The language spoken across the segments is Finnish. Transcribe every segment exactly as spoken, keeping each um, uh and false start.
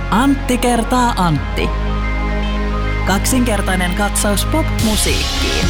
Antti kertaa Antti. Kaksinkertainen katsaus pop-musiikkiin.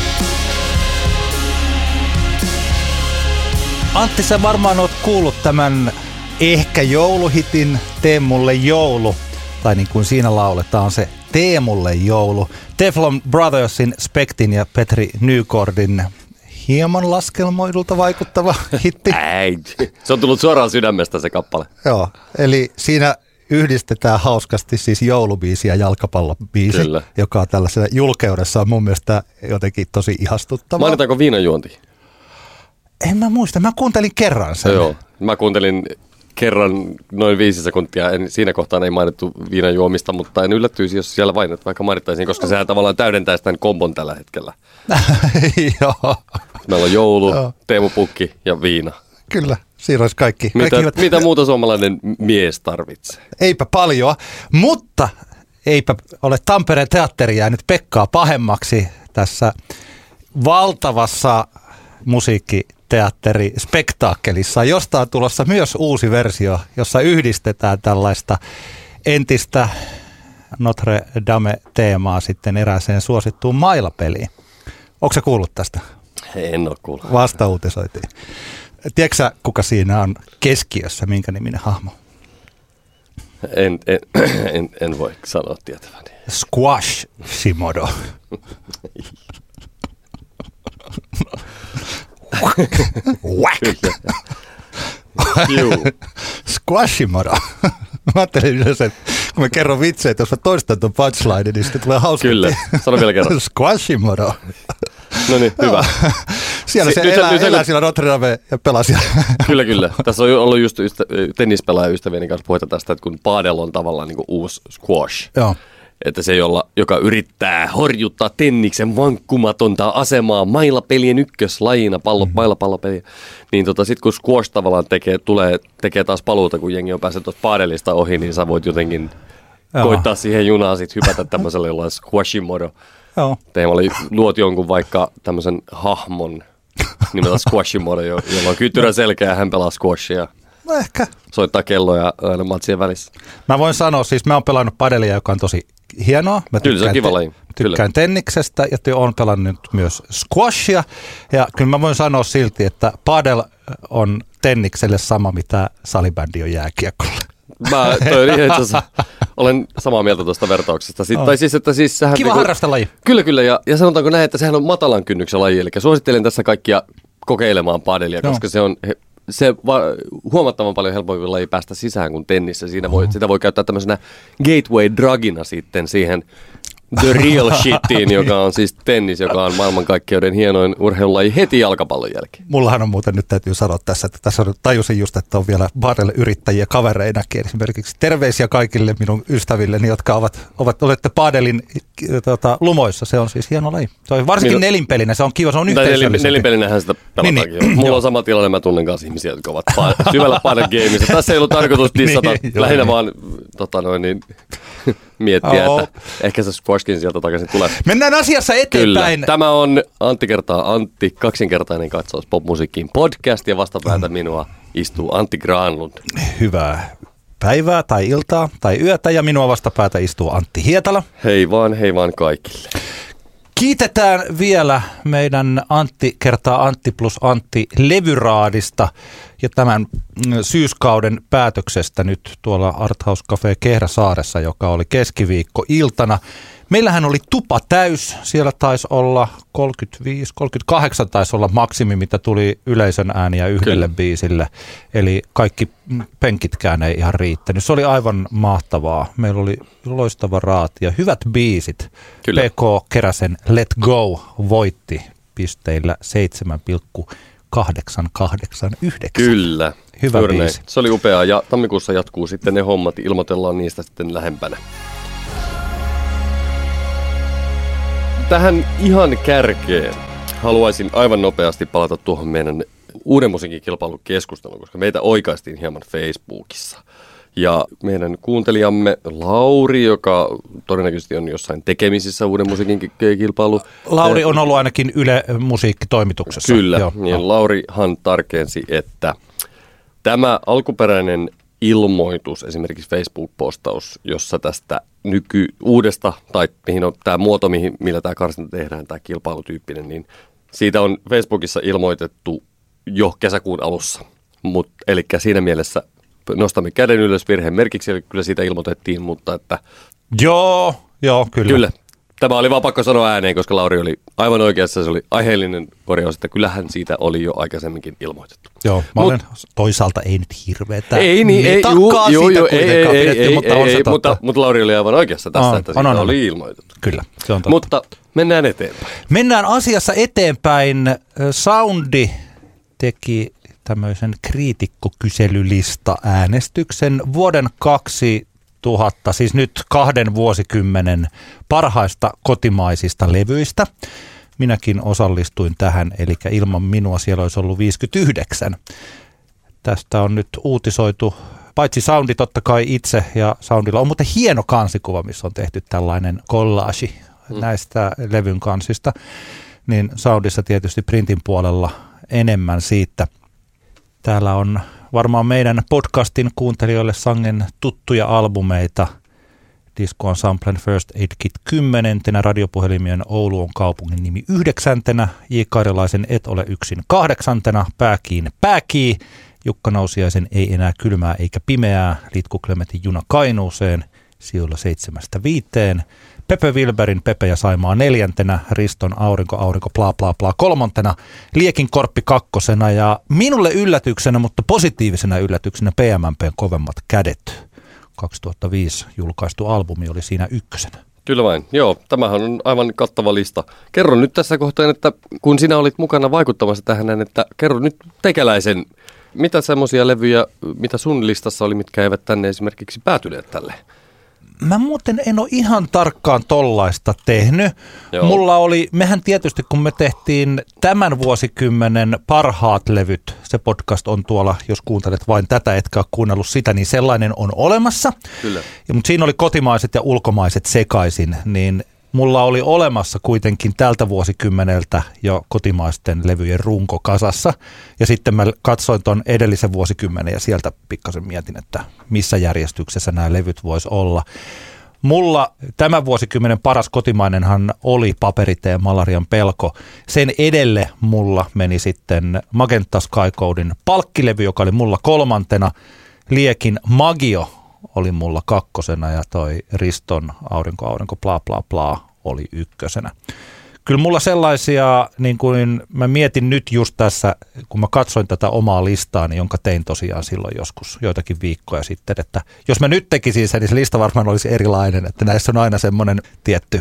Antti, sä varmaan oot kuullut tämän ehkä jouluhitin Tee mulle joulu. Tai niin kuin siinä lauletaan se Tee mulle joulu. Teflon Brothersin, Spektin ja Petri Nykordin hieman laskelmoidulta vaikuttava hitti. Ei, se on tullut suoraan sydämestä se kappale. Joo, eli siinä yhdistetään hauskasti siis joulubiisi ja jalkapallobiisi, Kyllä. joka on tällaisessa julkeudessa on mun mielestä jotenkin tosi ihastuttava. Mainitaanko viinajuonti? En mä muista, mä kuuntelin kerran sen. Joo, mä kuuntelin kerran noin viisi sekuntia. En, siinä kohtaa ei mainittu viinajuomista, mutta en yllättyisi, jos siellä vain, vaikka mainittaisiin, koska sehän tavallaan täydentää tämän kombon tällä hetkellä. Joo. Meillä on joulu, Joo. Teemu Pukki ja viina. Kyllä, siinä olisi kaikki. Mitä, kaikki hyvät... mitä muuta suomalainen mies tarvitsee? Eipä paljon, mutta eipä ole Tampereen teatteri jäänyt Pekkaa pahemmaksi tässä valtavassa musiikkiteatterispektaakkelissa, josta on tulossa myös uusi versio, jossa yhdistetään tällaista entistä Notre Dame-teemaa sitten erääseen suosittuun mailapeliin. Onko sä kuullut tästä? En ole kuullut. Vasta uutisoitiin. Tiedätkö sä, kuka siinä on keskiössä, minkä niminen hahmo? En, en, en, en voi sanoa tietäväni. Squash Shimodo. Whack! Squashimodo. Mä ajattelin yleensä, että kun mä kerron vitsejä, että jos mä toistan ton punchline, niin sitten tulee hauska. Kyllä, sano vielä kerran. Squashimodo. No niin, hyvä. Siellä se, se elää, nyt, elää siellä Notre Dame ja pelaa siellä. Kyllä, kyllä. Tässä on ollut just ystä, tennispelaajaystävieni kanssa puhetta tästä, että kun padel on tavallaan niin kuin uusi squash. Joo. Että se, jolla, joka yrittää horjuttaa tenniksen vankkumatonta asemaa mailapelien ykköslajina, pallo, mm-hmm. mailapallopeliä, niin tota, sitten kun squash tavallaan tekee, tulee, tekee taas paluuta, kun jengi on päässyt tuosta padelista ohi, niin sä voit jotenkin Joo. koittaa siihen junaan, sit hypätä tämmöiselle jollain squashimodo. Joo. Teemalle luot jonkun vaikka tämmöisen hahmon nimeltä Squashimodo, jolla on kyttyrä selkeä ja hän pelaa squashia. No ehkä. Soittaa kelloja aina matsien välissä. Mä voin sanoa, siis mä oon pelannut padelia, joka on tosi hienoa. Mä kyllä se on kiva laji. Tykkään tenniksestä ja oon pelannut myös squashia. Ja kyllä mä voin sanoa silti, että padel on tennikselle sama, mitä salibändi on jääkiekolle. Mä toi, itse asiassa olen samaa mieltä tuosta vertauksesta. Sitten, oh. tai siis, että siis sähän kiva niinku, harrastelaji. Kyllä, kyllä. Ja, ja sanotaanko näin, että sehän on matalan kynnyksen laji. Eli suosittelen tässä kaikkia kokeilemaan padelia, no. koska se on se va, huomattavan paljon helpompi laji päästä sisään kuin tennissä. Siinä voi, oh. Sitä voi käyttää tämmöisenä gateway-drugina sitten siihen the real shitiin, joka on siis tennis, joka on maailmankaikkeuden hienoin urheilulaji heti jalkapallon jälkeen. Mullahan on muuten, nyt täytyy sanoa tässä, että tässä on, tajusin just, että on vielä padel-yrittäjiä kavereinakin. Esimerkiksi terveisiä kaikille minun ystävilleni, jotka ovat, ovat olette padelin tota, lumoissa. Se on siis hieno laji. Se on varsinkin Minu... nelinpelinä, se on kiva, se on yhteisöllisempi. Nelinpelinähän sitä pelataankin. Niin, niin. Mulla on sama tilanne, mä tunnen kanssa ihmisiä, jotka ovat pa- syvällä padel-gameissa. Tässä ei ollut tarkoitus dissata, niin, lähinnä joo, vaan tota noin niin... miettiä, oh. että ehkä se squashkin sieltä takaisin tulee. Mennään asiassa eteenpäin. Kyllä. Tämä on Antti kertaa Antti, kaksinkertainen katsaus popmusiikkiin podcast ja vastapäätä minua istuu Antti Granlund. Hyvää päivää tai iltaa tai yötä ja minua vastapäätä istuu Antti Hietala. Hei vaan, hei vaan kaikille. Kiitetään vielä meidän Antti kertaa Antti plus Antti levyraadista ja tämän syyskauden päätöksestä nyt tuolla Arthouse Cafe Kehräsaaressa, joka oli keskiviikkoiltana. Meillähän oli tupa täys, siellä taisi olla kolmekymmentäviisi kolmekymmentäkahdeksan taisi olla maksimi, mitä tuli yleisön ääniä yhdelle Kyllä. biisille. Eli kaikki penkitkään ei ihan riittänyt. Se oli aivan mahtavaa. Meillä oli loistava raati ja hyvät biisit. Kyllä. P K Keräsen Let Go voitti pisteillä seitsemän pilkku kahdeksansataakahdeksankymmentäyhdeksän. Kyllä. Hyvä Juuri biisi. Näin. Se oli upeaa ja tammikuussa jatkuu sitten ne hommat. Ilmoitellaan niistä sitten lähempänä. Tähän ihan kärkeen haluaisin aivan nopeasti palata tuohon meidän uuden musiikin kilpailukeskusteluun, koska meitä oikaistiin hieman Facebookissa. Ja meidän kuuntelijamme Lauri, joka todennäköisesti on jossain tekemisissä uuden musiikin kilpailu. Lauri on ollut ainakin Yle musiikkitoimituksessa. Kyllä, Joo. niin Laurihan tarkensi, että tämä alkuperäinen ilmoitus, esimerkiksi Facebook-postaus, jossa tästä nyky uudesta, tai mihin on tämä muoto, mihin, millä tämä karsinta tehdään, tämä kilpailutyyppinen, niin siitä on Facebookissa ilmoitettu jo kesäkuun alussa. Mut, eli siinä mielessä nostamme käden ylös virheen merkiksi, eli kyllä siitä ilmoitettiin, mutta että... Joo, joo, kyllä. Kyllä. Tämä oli vaan pakko sanoa ääneen, koska Lauri oli aivan oikeassa, se oli aiheellinen korjaus, että kyllähän siitä oli jo aikaisemmin ilmoitettu. Joo, mä Mut, olen toisaalta ei nyt hirveetä. Ei niin, ei, juu, juu, juu, ei, ei, ei, pidetty, ei, mutta, ei, on se ei mutta, mutta Lauri oli aivan oikeassa tässä, on, että siitä on, on, oli ilmoitettu. Kyllä, se on totta. Mutta mennään eteenpäin. Mennään asiassa eteenpäin. Soundi teki tämmöisen kriitikkokyselylista-äänestyksen vuoden kaksituhatta, siis nyt kahden vuosikymmenen parhaista kotimaisista levyistä. Minäkin osallistuin tähän, eli ilman minua siellä olisi ollut viisikymmentäyhdeksän. Tästä on nyt uutisoitu, paitsi Soundi totta kai itse, ja Soundilla on muuten hieno kansikuva, missä on tehty tällainen collage mm. näistä levyn kansista, niin Soundissa tietysti printin puolella enemmän siitä. Täällä on varmaan meidän podcastin kuuntelijoille sangen tuttuja albumeita. Disco Ensemblen First Aid Kit kymmenentenä, Radiopuhelimien Oulu on kaupungin nimi yhdeksäntenä, J. Kairilaisen Et ole yksin kahdeksantena, Pääkiin Pääkii, Jukka Nousiaisen Ei enää kylmää eikä pimeää, Litku Klemetin Juna Kainuuseen, sijoilla seitsemästä viiteen, Pepe Wilberin Pepe ja Saimaa neljäntenä, Riston Aurinko Aurinko bla bla bla kolmantena, Liekin Korppi kakkosena ja minulle yllätyksenä, mutta positiivisena yllätyksenä P M M P:n Kovemmat kädet. kaksituhattaviisi julkaistu albumi oli siinä ykkösenä. Kyllä vain. Joo, tämähän on aivan kattava lista. Kerro nyt tässä kohtaa, että kun sinä olit mukana vaikuttamassa tähän, että kerro nyt tekeläisen, mitä semmoisia levyjä, mitä sun listassa oli, mitkä eivät tänne esimerkiksi päätyneet tälle? Mä muuten en ole ihan tarkkaan tollaista tehnyt. Joo. Mulla oli, mehän tietysti kun me tehtiin tämän vuosikymmenen parhaat levyt, se podcast on tuolla, jos kuuntelet vain tätä, etkä ole kuunnellut sitä, niin sellainen on olemassa. Kyllä. Ja, mutta siinä oli kotimaiset ja ulkomaiset sekaisin, niin mulla oli olemassa kuitenkin tältä vuosikymmeneltä jo kotimaisten levyjen runko kasassa. Ja sitten mä katsoin ton edellisen vuosikymmenen ja sieltä pikkasen mietin, että missä järjestyksessä nämä levyt vois olla. Mulla tämän vuosikymmenen paras kotimainenhan oli Paperiteen Malarian pelko. Sen edelle mulla meni sitten Magenta Sky Codein palkkilevy, joka oli mulla kolmantena. Liekin Magio oli mulla kakkosena ja toi Riston Aurinko, Aurinko, bla bla bla oli ykkösenä. Kyllä mulla sellaisia, niin kuin mä mietin nyt just tässä, kun mä katsoin tätä omaa listaani, jonka tein tosiaan silloin joskus joitakin viikkoja sitten, että jos mä nyt tekisin sen, niin se lista varmaan olisi erilainen, että näissä on aina semmoinen tietty,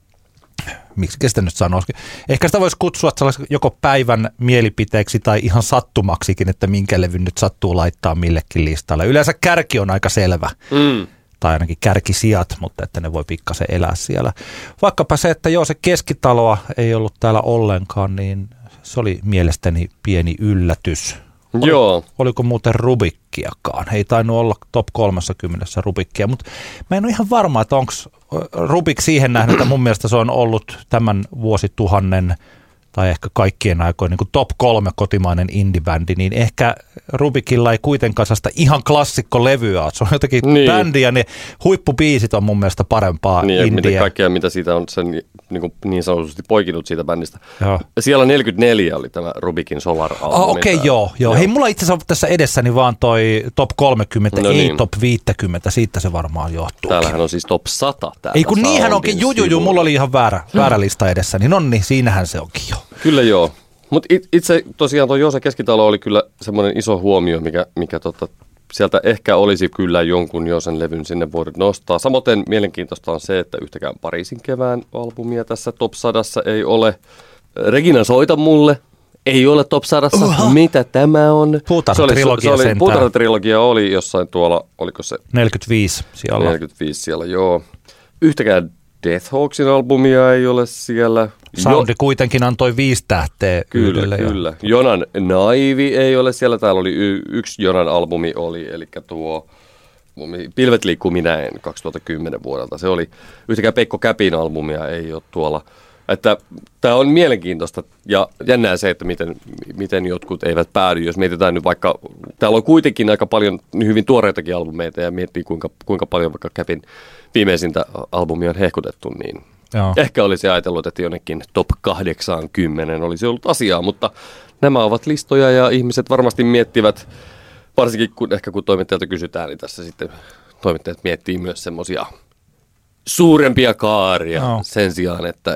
miksi sitä nyt sanoisi, ehkä sitä voisi kutsua joko päivän mielipiteeksi tai ihan sattumaksikin, että minkä levyn nyt sattuu laittaa millekin listalle. Yleensä kärki on aika selvä. Mm. Tai ainakin kärkisijat, mutta että ne voi pikkasen elää siellä. Vaikkapa se, että joo, se Keskitaloa ei ollut täällä ollenkaan, niin se oli mielestäni pieni yllätys. Oli, joo. Oliko muuten Rubikkiakaan? Ei tainnut olla top kolmekymmentä Rubikkia, mutta mä en ole ihan varma, että onko Rubik siihen nähnyt, että mun mielestä se on ollut tämän vuosituhannen tai ehkä kaikkien aikojen niin kuin top kolme kotimainen indie-bändi, niin ehkä Rubikilla ei kuitenkaan sitä ihan klassikkolevyä. Se on jotenkin niin. Bändi ja ne huippubiisit on mun mielestä parempaa niin, indie. Niin, kaikkea mitä siitä on sen, niin, kuin niin sanotusti poikinut siitä bändistä. Joo. Siellä neljäkymmentäneljä oli tämä Rubikin Solar-albumi. Oh, Okei, okay, joo, joo. Hei, mulla itse asiassa tässä edessäni vaan toi top kolmekymmentä, no ei niin. top viisikymmentä, siitä se varmaan johtuu. Täällähän on siis top sata. Ei kun niinhän onkin, juu, juu, juu, mulla oli ihan väärä, väärä lista edessä, niin on niin, siinähän se onkin jo. Kyllä joo. Mutta itse tosiaan tuo Joose Keskitalo oli kyllä semmoinen iso huomio, mikä, mikä tota, sieltä ehkä olisi kyllä jonkun Joosen levyn sinne voinut nostaa. Samoin mielenkiintoista on se, että yhtäkään Pariisin kevään albumia tässä top sadassa ei ole. Regina Soita mulle ei ole top sadassa. Oho. Mitä tämä on? Puutarha-trilogia sentään. Puutarha-trilogia oli jossain tuolla, oliko se? neljäkymmentäviisi siellä. neljäkymmentäviisi siellä, joo. Yhtäkään Deathhawksin albumia ei ole siellä. Soundi jo- kuitenkin antoi viisi tähteä. Kyllä, yhdelle kyllä. Jo. Jonan Naivi ei ole siellä. Täällä oli y- yksi Jonan albumi oli, eli tuo Pilvet liikkuu minä en kaksituhattakymmenen vuodelta. Se oli yhtäkään Pekko Käpin albumia ei ole tuolla. Että tämä on mielenkiintoista ja jännää se, että miten, miten jotkut eivät päädy. Jos mietitään nyt vaikka, täällä on kuitenkin aika paljon hyvin tuoreitakin albumeita ja miettii kuinka, kuinka paljon vaikka Capin viimeisintä albumia on hehkutettu, niin Joo. ehkä olisi ajatellut, että jonnekin top kahdeksankymmentä olisi ollut asiaa, mutta nämä ovat listoja ja ihmiset varmasti miettivät, varsinkin kun, ehkä kun toimittajalta kysytään, niin tässä sitten toimittajat miettii myös semmoisia suurempia kaaria no. sen sijaan, että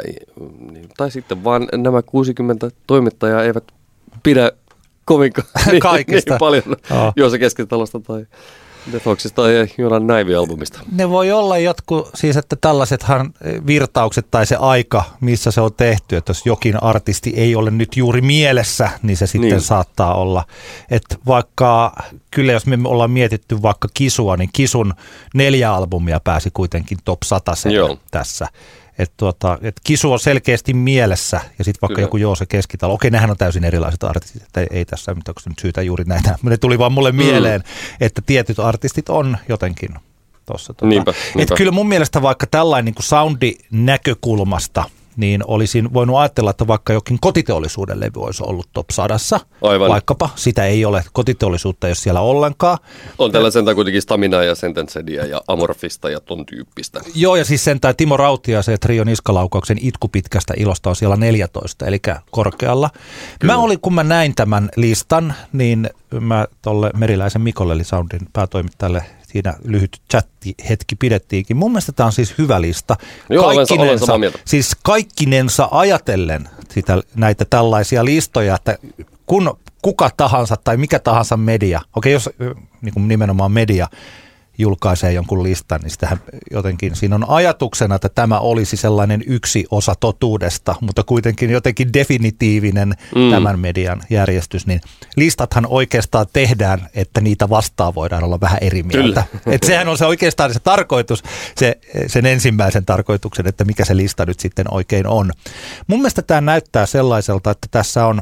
tai sitten vaan nämä kuusikymmentä toimittajaa eivät pidä kovinkaan niin, niin paljon no. Juosa Keskitalosta tai Defoxista tai Jonan Naivi-albumista. Ne voi olla jotkut, siis että tällaisethan virtaukset tai se aika, missä se on tehty, että jos jokin artisti ei ole nyt juuri mielessä, niin se sitten niin. saattaa olla. Että vaikka, kyllä jos me ollaan mietitty vaikka Kisua, niin Kisun neljä albumia pääsi kuitenkin top sata tässä. Että tuota, et Kisu on selkeästi mielessä ja sitten vaikka Kyllä. joku Joose Keskitalo. Okei, nehän on täysin erilaiset artistit, että ei, ei tässä nyt syytä juuri näitä. Ne tuli vaan mulle mm. mieleen, että tietyt artistit on jotenkin tuossa. Tuota. Niinpä, niinpä. Että kyllä mun mielestä vaikka tällainen niin kuin soundinäkökulmasta, niin olisin voinut ajatella, että vaikka jokin kotiteollisuuden levy olisi ollut top sadassa, Aivan. vaikkapa. Sitä ei ole, kotiteollisuutta ei ole siellä ollenkaan. On tällä sentään kuitenkin Staminaa ja Sentencedia ja Amorfista ja ton tyyppistä. Joo, ja siis sentään Timo Rautiaisen ja Trio Niskalaukauksen Itku pitkästä ilosta on siellä neljätoista, eli korkealla. Kyllä. Mä olin, kun mä näin tämän listan, niin mä tolle Meriläisen Mikolle, eli Soundin päätoimittajalle, siinä lyhyt chatti-hetki pidettiinkin. Mun mielestä tämä on siis hyvä lista. Joo, kaikkinensa, olen, olen siis kaikkinensa ajatellen sitä, näitä tällaisia listoja, että kun kuka tahansa tai mikä tahansa media, okei jos niin kuin nimenomaan media julkaisee jonkun listan, niin sitähän jotenkin siinä on ajatuksena, että tämä olisi sellainen yksi osa totuudesta, mutta kuitenkin jotenkin definitiivinen mm. tämän median järjestys, niin listathan oikeastaan tehdään, että niitä vastaan voidaan olla vähän eri mieltä. Että sehän on se oikeastaan se tarkoitus, se, sen ensimmäisen tarkoituksen, että mikä se lista nyt sitten oikein on. Mun mielestä tämä näyttää sellaiselta, että tässä on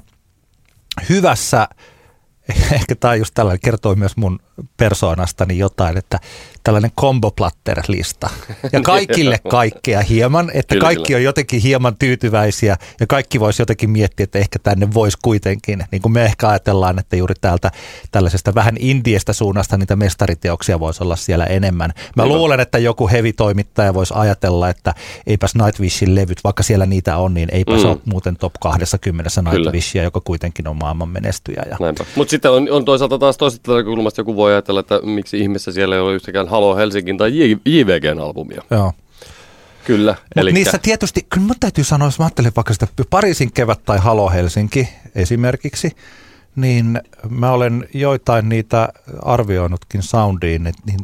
hyvässä, ehkä tämä just tällainen kertoo myös mun persoonastani jotain, että tällainen combo-platter-lista. Ja kaikille kaikkea hieman, että kyllä, kaikki kyllä. on jotenkin hieman tyytyväisiä ja kaikki voisi jotenkin miettiä, että ehkä tänne voisi kuitenkin, niin kuin me ehkä ajatellaan, että juuri täältä tällaisesta vähän indiestä suunnasta niitä mestariteoksia voisi olla siellä enemmän. Mä Hyvä. luulen, että joku heavy-toimittaja voisi ajatella, että eipäs Nightwishin levyt, vaikka siellä niitä on, niin eipäs mm. ole muuten top kaksikymmentä Nightwishia, joka kuitenkin on maailman menestyjä. Mutta sitten on, on toisaalta taas toisaalta kulmasta joku voi ajatella, että miksi ihmeessä siellä ei ole yhtäkään Halo Helsingin tai J V G:n albumia. Joo. Kyllä. Mutta elikkä niissä tietysti, kyllä mä täytyy sanoa, jos mä ajattelen vaikka sitä Pariisin kevät tai Halo Helsinki esimerkiksi, niin mä olen joitain niitä arvioinutkin soundiin, niin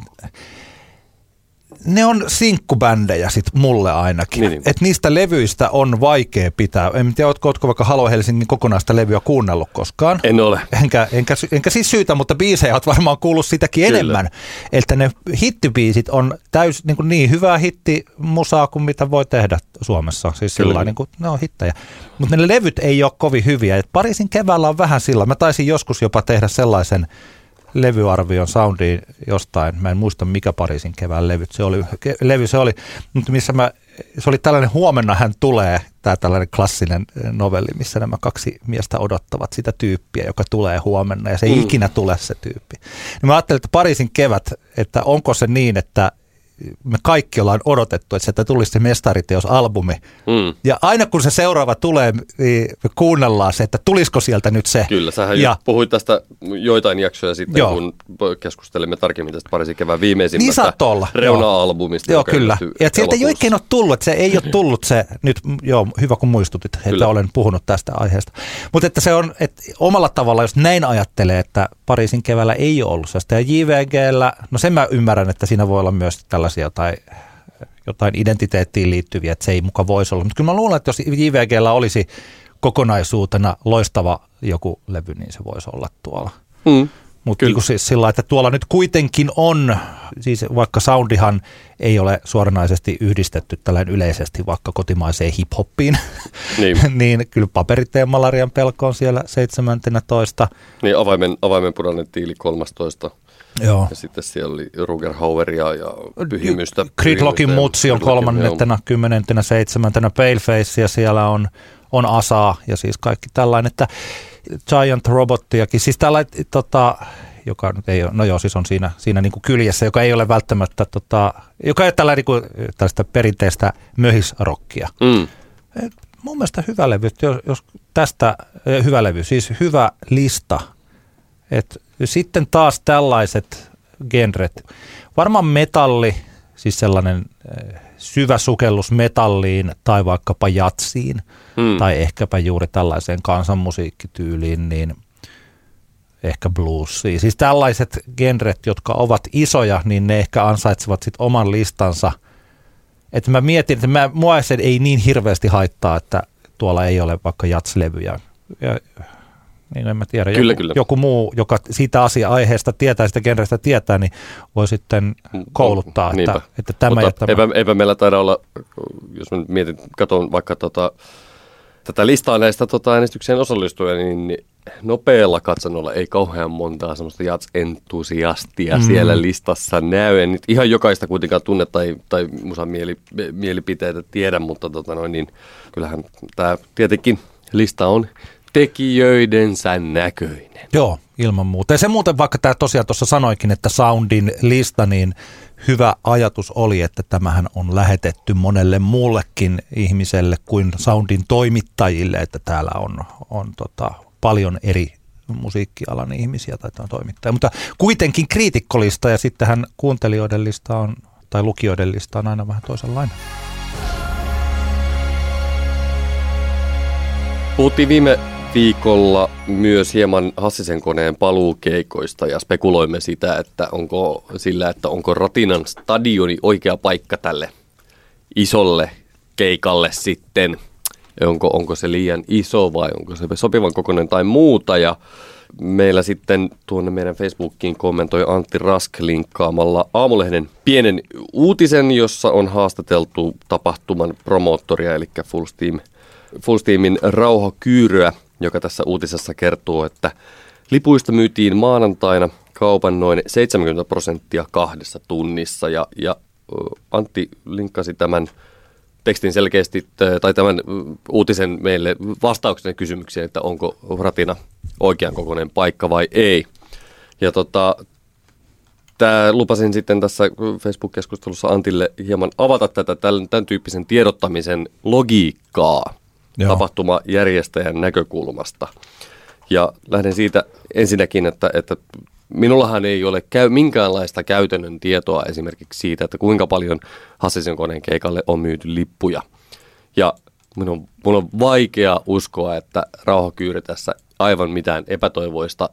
ne on sinkkubändejä sit mulle ainakin. Niin, niin. Että niistä levyistä on vaikea pitää. En tiedä, ootko, ootko vaikka Halo Helsingin kokonaista levyä kuunnellut koskaan? En ole. Enkä, enkä, enkä siis syytä, mutta biisejä oot varmaan kuullut sitäkin Kyllä. enemmän. Että ne hittibiisit on täys niin, niin hyvää hittimusaa kuin mitä voi tehdä Suomessa. Siis sillä niin kuin, ne on hittejä. Mutta ne levyt ei ole kovin hyviä. Et Pariisin keväällä on vähän sillä. Mä taisin joskus jopa tehdä sellaisen levyarvion soundiin jostain, mä en muista mikä Pariisin kevään levyt se oli, levy se oli, mutta missä mä, se oli tällainen Huomenna hän tulee, tämä tällainen klassinen novelli, missä nämä kaksi miestä odottavat sitä tyyppiä, joka tulee huomenna ja se ei mm. ikinä tule se tyyppi. Ja mä ajattelin, että Pariisin kevät, että onko se niin, että me kaikki ollaan odotettu, että sieltä tulisi se mestariteosalbumi. Mm. Ja aina kun se seuraava tulee, niin me kuunnellaan se, että tulisiko sieltä nyt se. Kyllä, sähän ja puhuit tästä joitain jaksoja sitten, joo. kun keskustelimme tarkemmin tästä Pariisin kevään viimeisimmästä niin reuna-albumista. Joo, kyllä. Ja sieltä ei oikein ole tullut, että se ei ole tullut se, nyt joo, hyvä kun muistutit, että kyllä. olen puhunut tästä aiheesta. Mutta että se on, että omalla tavalla, jos näin ajattelee, että Pariisin keväällä ei ole ollut sellaista. Ja J V G:llä, no sen mä ymmärrän, että siinä voi olla myös tällaisia jotain, jotain identiteettiin liittyviä, että se ei muka voisi olla. Mutta kyllä mä luulen, että jos J V G:llä olisi kokonaisuutena loistava joku levy, niin se voisi olla tuolla. Mm, Mutta niin siis sillä että tuolla nyt kuitenkin on, siis vaikka soundihan ei ole suoranaisesti yhdistetty tällainen yleisesti vaikka kotimaiseen hip-hoppiin, niin, niin kyllä Paperiteen Malarian pelko on siellä seitsemäntenätoista. Niin avaimen, avaimen punainen tiili kolmastoista. Joo. Ja sitten siellä oli Ruger Haueria ja Pyhimystä. Gridlockin Mutsi on kolmannentena, kymmenentenä, seitsemäntenä Paleface ja siellä on, on Asaa ja siis kaikki tällainen, että Giant Robottiakin, siis tällainen, tota, joka nyt ei ole, no joo, siis on siinä, siinä niin kuin kyljessä, joka ei ole välttämättä, tota, joka ei ole tällainen niin kuin, tällaista perinteistä möhisrockia. Mm. Mun mielestä hyvä levy, jos, jos tästä, hyvä levy, siis hyvä lista, että sitten taas tällaiset genret, varmaan metalli, siis sellainen syvä sukellus metalliin tai vaikkapa jatsiin mm. tai ehkäpä juuri tällaiseen kansanmusiikkityyliin, niin ehkä bluesiin. Siis tällaiset genret, jotka ovat isoja, niin ne ehkä ansaitsevat sit oman listansa. Että mä mietin, että mä, mua se ei niin hirveästi haittaa, että tuolla ei ole vaikka jatslevyjä. Ja, niin en mä tiedä. Kyllä, joku, kyllä. joku muu, joka siitä asia-aiheesta tietää, sitä genrestä tietää, niin voi sitten kouluttaa, no, että, että tämä Mutta ja tämä. Eipä, eipä meillä taida olla, jos mä mietin, katson vaikka tota, tätä listaa näistä tota, äänestykseen osallistujia, niin nopealla katsannolla ei kauhean montaa semmoista jats-entusiastia mm. siellä listassa näy. En nyt ihan jokaista kuitenkaan tunne tai, tai musan mieli, mielipiteitä tiedä, mutta tota noin, niin kyllähän tämä tietenkin lista on tekijöidensä näköinen. Joo, ilman muuta. Ja se muuten, vaikka tämä tosiaan tuossa sanoikin, että Soundin lista, niin hyvä ajatus oli, että tämähän on lähetetty monelle muullekin ihmiselle kuin Soundin toimittajille, että täällä on, on tota, paljon eri musiikkialan ihmisiä tai toimittajia. Mutta kuitenkin kriitikkolista ja sittenhän kuuntelijoiden lista on, tai lukijoiden lista on aina vähän toisenlainen. Puhuttiin viime viikolla myös hieman Hassisen koneen paluukeikoista ja spekuloimme sitä, että onko sillä, että onko Ratinan stadioni oikea paikka tälle isolle keikalle sitten. Onko, onko se liian iso vai onko se sopivan kokoinen tai muuta. Ja meillä sitten tuonne meidän Facebookiin kommentoi Antti Rask linkkaamalla Aamulehden pienen uutisen, jossa on haastateltu tapahtuman promoottoria, eli Full Steam, Full Steamin Rauha Kyyröä, joka tässä uutisessa kertoo, että lipuista myytiin maanantaina kaupan noin seitsemänkymmentä prosenttia kahdessa tunnissa. Ja, ja Antti linkkasi tämän tekstin selkeästi, tai tämän uutisen meille vastauksen kysymykseen, että onko Ratina oikean kokoinen paikka vai ei. Ja tota, tää, lupasin sitten tässä Facebook-keskustelussa Antille hieman avata tätä tämän, tämän tyyppisen tiedottamisen logiikkaa. Joo. Tapahtumajärjestäjän näkökulmasta. Ja lähden siitä ensinnäkin, että, että minullahan ei ole käy, minkäänlaista käytännön tietoa esimerkiksi siitä, että kuinka paljon Hassisen koneen keikalle on myyty lippuja. Ja minun on, minun on vaikea uskoa, että Rauha Kyyry tässä aivan mitään epätoivoista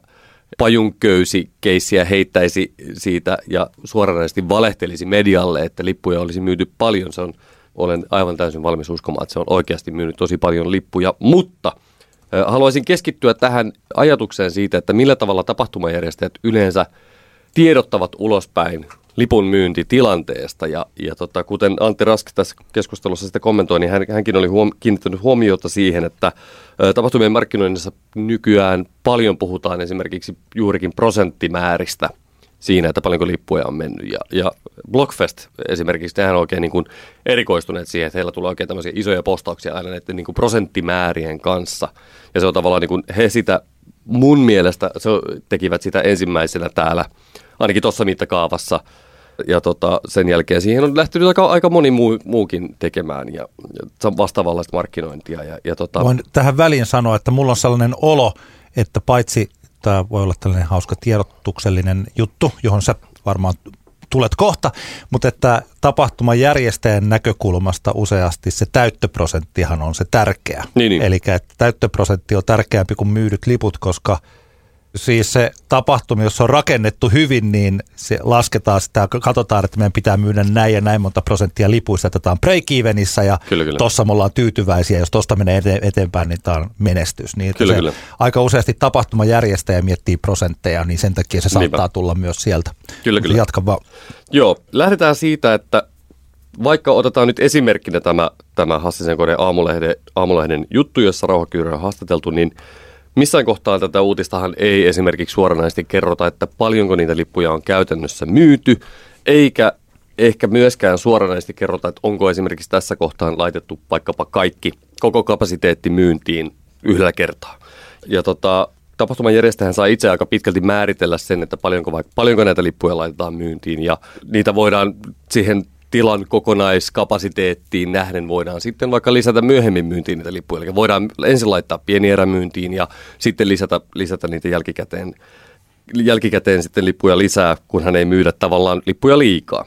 pajunköysi-keissiä heittäisi siitä ja suoranaisesti valehtelisi medialle, että lippuja olisi myyty paljon. Se on Olen aivan täysin valmis uskomaan, että se on oikeasti myynyt tosi paljon lippuja, mutta äh, haluaisin keskittyä tähän ajatukseen siitä, että millä tavalla tapahtumajärjestäjät yleensä tiedottavat ulospäin lipun myyntitilanteesta. Ja, ja tota, kuten Antti Rask tässä keskustelussa sitä kommentoi, niin hän, hänkin oli huom- kiinnittänyt huomiota siihen, että äh, tapahtumien markkinoinnissa nykyään paljon puhutaan esimerkiksi juurikin prosenttimääristä siinä, että paljonko lippuja on mennyt. Ja, ja Blockfest esimerkiksi, nehän on oikein niin kuin erikoistuneet siihen, että heillä tulee oikein tämmöisiä isoja postauksia aina näiden niin kuin prosenttimäärien kanssa. Ja se on tavallaan niin kuin he sitä, mun mielestä se tekivät sitä ensimmäisenä täällä, ainakin tuossa mittakaavassa. Ja tota, sen jälkeen siihen on lähtenyt aika, aika moni muu, muukin tekemään ja, ja vastaavanlaista markkinointia. Ja, ja tota... Voin tähän väliin sanoa, että mulla on sellainen olo, että paitsi tämä voi olla tällainen hauska tiedotuksellinen juttu, johon sä varmaan tulet kohta, mutta että tapahtuman järjestäjän näkökulmasta useasti se täyttöprosenttihan on se tärkeä. Niin, niin. Eli että täyttöprosentti on tärkeämpi kuin myydyt liput, koska siis se tapahtuma, jos on rakennettu hyvin, niin se lasketaan sitä, katsotaan, että meidän pitää myydä näin ja näin monta prosenttia lipuista, että tämä on break-evenissä ja tuossa me ollaan tyytyväisiä, jos tuosta menee eteenpäin, niin tämä on menestys. Niin kyllä, se kyllä. Aika useasti tapahtumajärjestäjä miettii prosentteja, niin sen takia se saattaa Niinpä. tulla myös sieltä. Kyllä, kyllä. Jatka vaan. Joo, lähdetään siitä, että vaikka otetaan nyt esimerkkinä tämä, tämä Hassisen koneen aamulehden, aamulehden juttu, jossa Rauha Kyyry on haastateltu, niin Missään kohtaa tätä uutistahan ei esimerkiksi suoranaisesti kerrota, että paljonko niitä lippuja on käytännössä myyty, eikä ehkä myöskään suoranaisesti kerrota, että onko esimerkiksi tässä kohtaan laitettu vaikkapa kaikki, koko kapasiteetti myyntiin yhdellä kertaa. Ja tota, tapahtuman järjestäjähän saa itse aika pitkälti määritellä sen, että paljonko, vaikka, paljonko näitä lippuja laitetaan myyntiin, ja niitä voidaan siihen tilan kokonaiskapasiteettiin nähden voidaan sitten vaikka lisätä myöhemmin myyntiin niitä lippuja. Eli voidaan ensin laittaa pieni erä myyntiin ja sitten lisätä, lisätä niitä jälkikäteen, jälkikäteen sitten lippuja lisää, kunhan ei myydä tavallaan lippuja liikaa.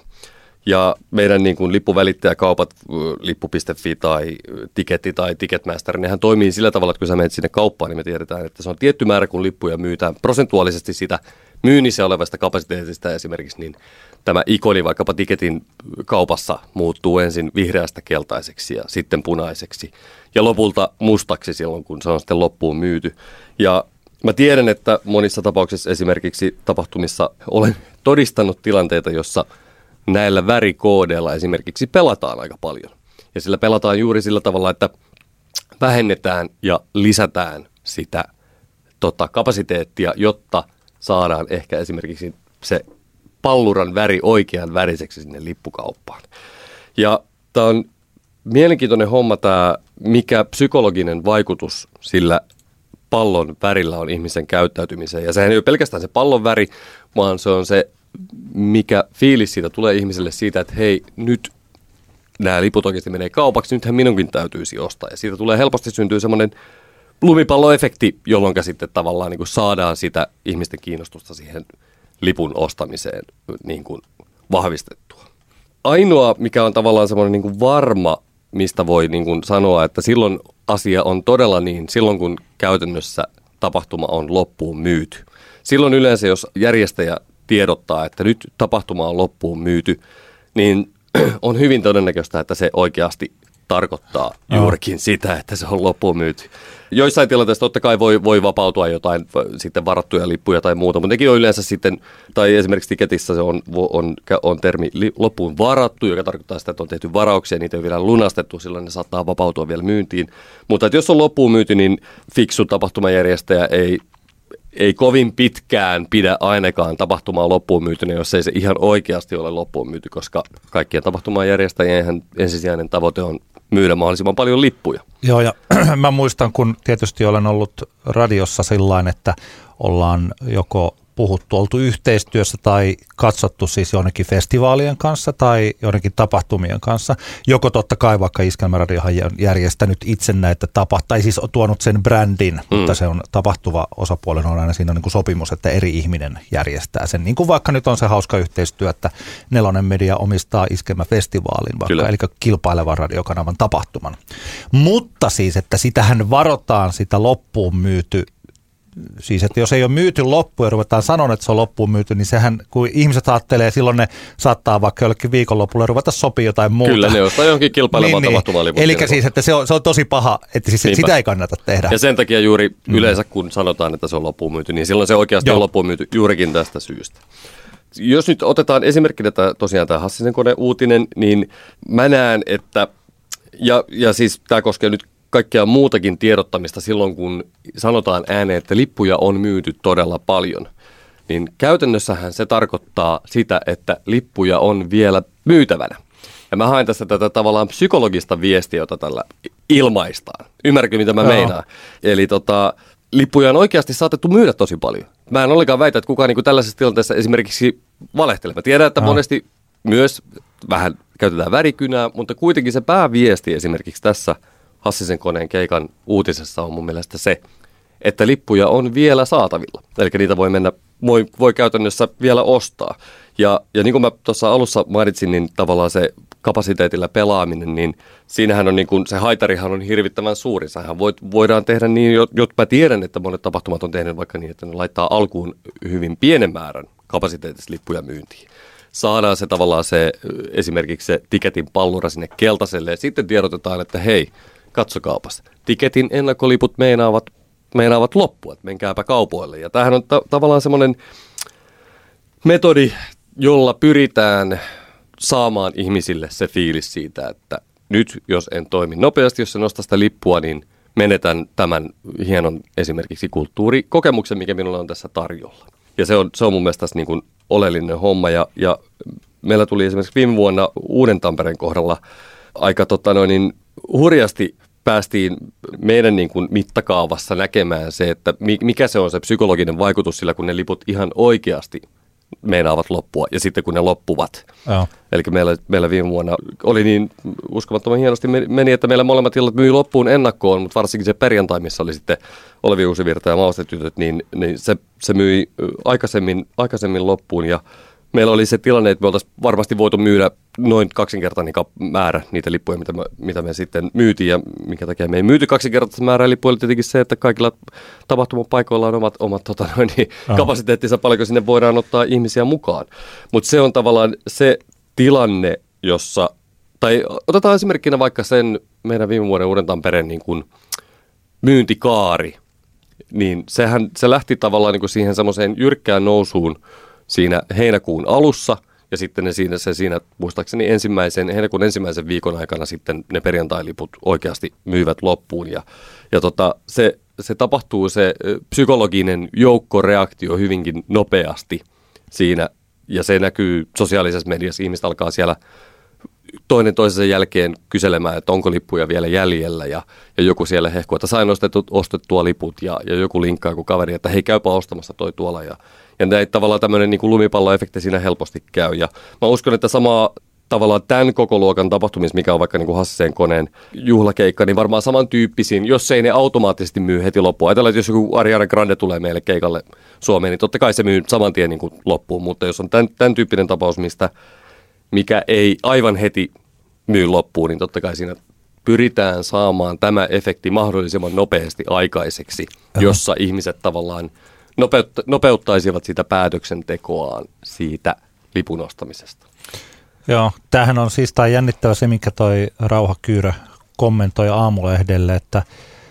Ja meidän niin kuin lippuvälittäjäkaupat, lippu piste fi tai Tiketti tai Ticketmaster, nehän toimii sillä tavalla, että kun sä menet sinne kauppaan, niin me tiedetään, että se on tietty määrä, kun lippuja myytään prosentuaalisesti sitä myynnissä olevasta kapasiteetista esimerkiksi, niin tämä ikoni vaikkapa Tiketin kaupassa muuttuu ensin vihreästä keltaiseksi ja sitten punaiseksi ja lopulta mustaksi silloin, kun se on sitten loppuun myyty. Ja mä tiedän, että monissa tapauksissa esimerkiksi tapahtumissa olen todistanut tilanteita, jossa näillä värikoodeilla esimerkiksi pelataan aika paljon. Ja sillä pelataan juuri sillä tavalla, että vähennetään ja lisätään sitä tota, kapasiteettia, jotta saadaan ehkä esimerkiksi se palluran väri oikean väriseksi sinne lippukauppaan. Ja tämä on mielenkiintoinen homma tämä, mikä psykologinen vaikutus sillä pallon värillä on ihmisen käyttäytymiseen. Ja sehän ei ole pelkästään se pallon väri, vaan se on se, mikä fiilis siitä tulee ihmiselle siitä, että hei, nyt nämä liput oikeasti menee kaupaksi, nythän minunkin täytyisi ostaa. Ja siitä tulee helposti syntyy semmoinen lumipalloefekti, jolloin sitten tavallaan niin kuin saadaan sitä ihmisten kiinnostusta siihen lipun ostamiseen niin kuin vahvistettua. Ainoa, mikä on tavallaan semmoinen niin kuin varma, mistä voi niin kuin sanoa, että silloin asia on todella niin, silloin kun käytännössä tapahtuma on loppuun myyty. Silloin yleensä, jos järjestäjä tiedottaa, että nyt tapahtuma on loppuun myyty, niin on hyvin todennäköistä, että se oikeasti tarkoittaa juurikin sitä, että se on loppuun myyty. Joissain tilanteissa totta kai voi, voi vapautua jotain sitten varattuja lippuja tai muuta, mutta nekin on yleensä sitten, tai esimerkiksi Tiketissä se on, on, on termi loppuun varattu, joka tarkoittaa sitä, että on tehty varauksia, niitä ei vielä lunastettu, silloin ne saattaa vapautua vielä myyntiin. Mutta että jos on loppuun myyty, niin fiksu tapahtumajärjestäjä ei ei kovin pitkään pidä ainakaan tapahtumaa loppuun myytynä, jos ei se ihan oikeasti ole loppuun myyty, koska kaikkien tapahtumajärjestäjien ensisijainen tavoite on myydä mahdollisimman paljon lippuja. Joo, ja mä muistan, kun tietysti olen ollut radiossa sillain, että ollaan joko puhuttu, oltu yhteistyössä tai katsottu siis jonnekin festivaalien kanssa tai jonnekin tapahtumien kanssa. Joko totta kai vaikka Iskelmäradiohan on järjestänyt itse näitä tapahtumia, tai siis on tuonut sen brändin, mm. mutta se on tapahtuva osapuolen on aina siinä on niin kuin sopimus, että eri ihminen järjestää sen. Niin kuin vaikka nyt on se hauska yhteistyö, että Nelonen Media omistaa Iskelmäfestivaalin vaikka, eli kilpailevan radiokanavan tapahtuman. Mutta siis, että sitähän varotaan sitä loppuun myyty. Siis, että jos ei ole myyty loppuun ja ruvetaan sanoa, että se on loppuun myyty, niin sehän, kun ihmiset ajattelee, silloin ne saattaa vaikka jollekin viikonlopulle ruveta sopii jotain muuta. Kyllä, ne ostaa johonkin kilpailevaan niin, tapahtumaan liput. Eli siis, että se on, se on tosi paha, että siis että sitä ei kannata tehdä. Ja sen takia juuri yleensä, kun sanotaan, että se on loppuun myyty, niin silloin se oikeasti Joo. on loppuun myyty juurikin tästä syystä. Jos nyt otetaan esimerkkinä tämä, tosiaan tämä Hassisen kone uutinen, niin mä näen, että, ja, ja siis tämä koskee nyt kaikkea muutakin tiedottamista silloin, kun sanotaan ääneen, että lippuja on myyty todella paljon, niin käytännössähän se tarkoittaa sitä, että lippuja on vielä myytävänä. Ja mä haen tässä tätä tavallaan psykologista viestiä, jota tällä ilmaistaan. Ymmärrätkö, mitä mä meinaan? Eli tota, lippuja on oikeasti saatettu myydä tosi paljon. Mä en ollenkaan väitä, että kukaan niin kuin tällaisessa tilanteessa esimerkiksi valehtelee. Mä tiedän, että Joo. monesti myös vähän käytetään värikynää, mutta kuitenkin se pääviesti esimerkiksi tässä Hassisen koneen keikan uutisessa on mun mielestä se, että lippuja on vielä saatavilla. Eli niitä voi mennä, voi, voi käytännössä vielä ostaa. Ja, ja niin kuin mä tuossa alussa mainitsin, niin tavallaan se kapasiteetilla pelaaminen, niin siinähän on niin kuin, se haitarihan on hirvittävän suuri. Sähän voit, voidaan tehdä niin, jotta mä tiedän, että monet tapahtumat on tehnyt vaikka niin, että ne laittaa alkuun hyvin pienen määrän kapasiteetista lippuja myyntiin. Saadaan se tavallaan se, esimerkiksi se Tiketin pallura sinne keltaiselle ja sitten tiedotetaan, että hei, katsokaapas. Tiketin ennakkoliput meinaavat, meinaavat loppua, että menkääpä kaupoille. Ja tämähän on ta- tavallaan semmoinen metodi, jolla pyritään saamaan ihmisille se fiilis siitä, että nyt jos en toimi nopeasti, jos en osta sitä lippua, niin menetän tämän hienon esimerkiksi kulttuurikokemuksen, mikä minulla on tässä tarjolla. Ja se on, se on mun mielestä tässä niin kuin oleellinen homma. Ja, ja meillä tuli esimerkiksi viime vuonna Uuden Tampereen kohdalla aika tota noin, niin hurjasti päästiin meidän niin kuin mittakaavassa näkemään se, että mikä se on se psykologinen vaikutus sillä, kun ne liput ihan oikeasti meinaavat loppua ja sitten kun ne loppuvat. Oh. Eli meillä, meillä viime vuonna oli niin uskomattoman hienosti meni, että meillä molemmat illat myi loppuun ennakkoon, mutta varsinkin se perjantai, missä oli sitten Olevi Uusivirta ja Maustetytöt, niin, niin se, se myi aikaisemmin, aikaisemmin loppuun ja meillä oli se tilanne, että me oltaisiin varmasti voitu myydä noin kaksinkertainen määrä niitä lippuja, mitä me, mitä me sitten myytiin. Ja minkä takia me ei myyty kaksinkertaisen määrää lippuja, oli tietenkin se, että kaikilla tapahtumapaikoilla on omat, omat tota noin, oh. kapasiteettinsa, paljonko sinne voidaan ottaa ihmisiä mukaan. Mutta se on tavallaan se tilanne, jossa, tai otetaan esimerkkinä vaikka sen meidän viime vuoden Uuden Tampereen niin kuin myyntikaari, niin sehän, se lähti tavallaan niin kuin siihen semmoiseen jyrkkään nousuun siinä heinäkuun alussa, ja sitten ne siinä, se siinä muistaakseni ensimmäisen, heinäkuun ensimmäisen viikon aikana sitten ne perjantailiput oikeasti myyvät loppuun. Ja, ja tota, se, se tapahtuu se psykologinen joukkoreaktio hyvinkin nopeasti siinä, ja se näkyy sosiaalisessa mediassa. Ihmiset alkaa siellä toinen toisensa jälkeen kyselemään, että onko lippuja vielä jäljellä, ja, ja joku siellä hehkuu, että sain ostettu, ostettua liput, ja, ja joku linkkaa joku kaveri, että hei, käypä ostamassa toi tuolla, ja Ja näin, tavallaan tämmöinen niin kuin lumipalloefekti siinä helposti käy. Ja mä uskon, että sama tavallaan tämän koko luokan tapahtumissa, mikä on vaikka niin kuin Hassisen koneen juhlakeikka, niin varmaan samantyyppisiin, jos ei ne automaattisesti myy heti loppuun. Ajatellaan, että jos joku Ariana Grande tulee meille keikalle Suomeen, niin totta kai se myy saman tien niin kuin loppuun. Mutta jos on tämän, tämän tyyppinen tapaus, mistä, mikä ei aivan heti myy loppuun, niin totta kai siinä pyritään saamaan tämä efekti mahdollisimman nopeasti aikaiseksi, jossa ihmiset tavallaan Nopeutta, nopeuttaisivat sitä päätöksentekoaan siitä lipun ostamisesta. Joo, tämähän on siis tämä jännittävä se, minkä toi Rauha Kyyrö kommentoi Aamulehdelle, että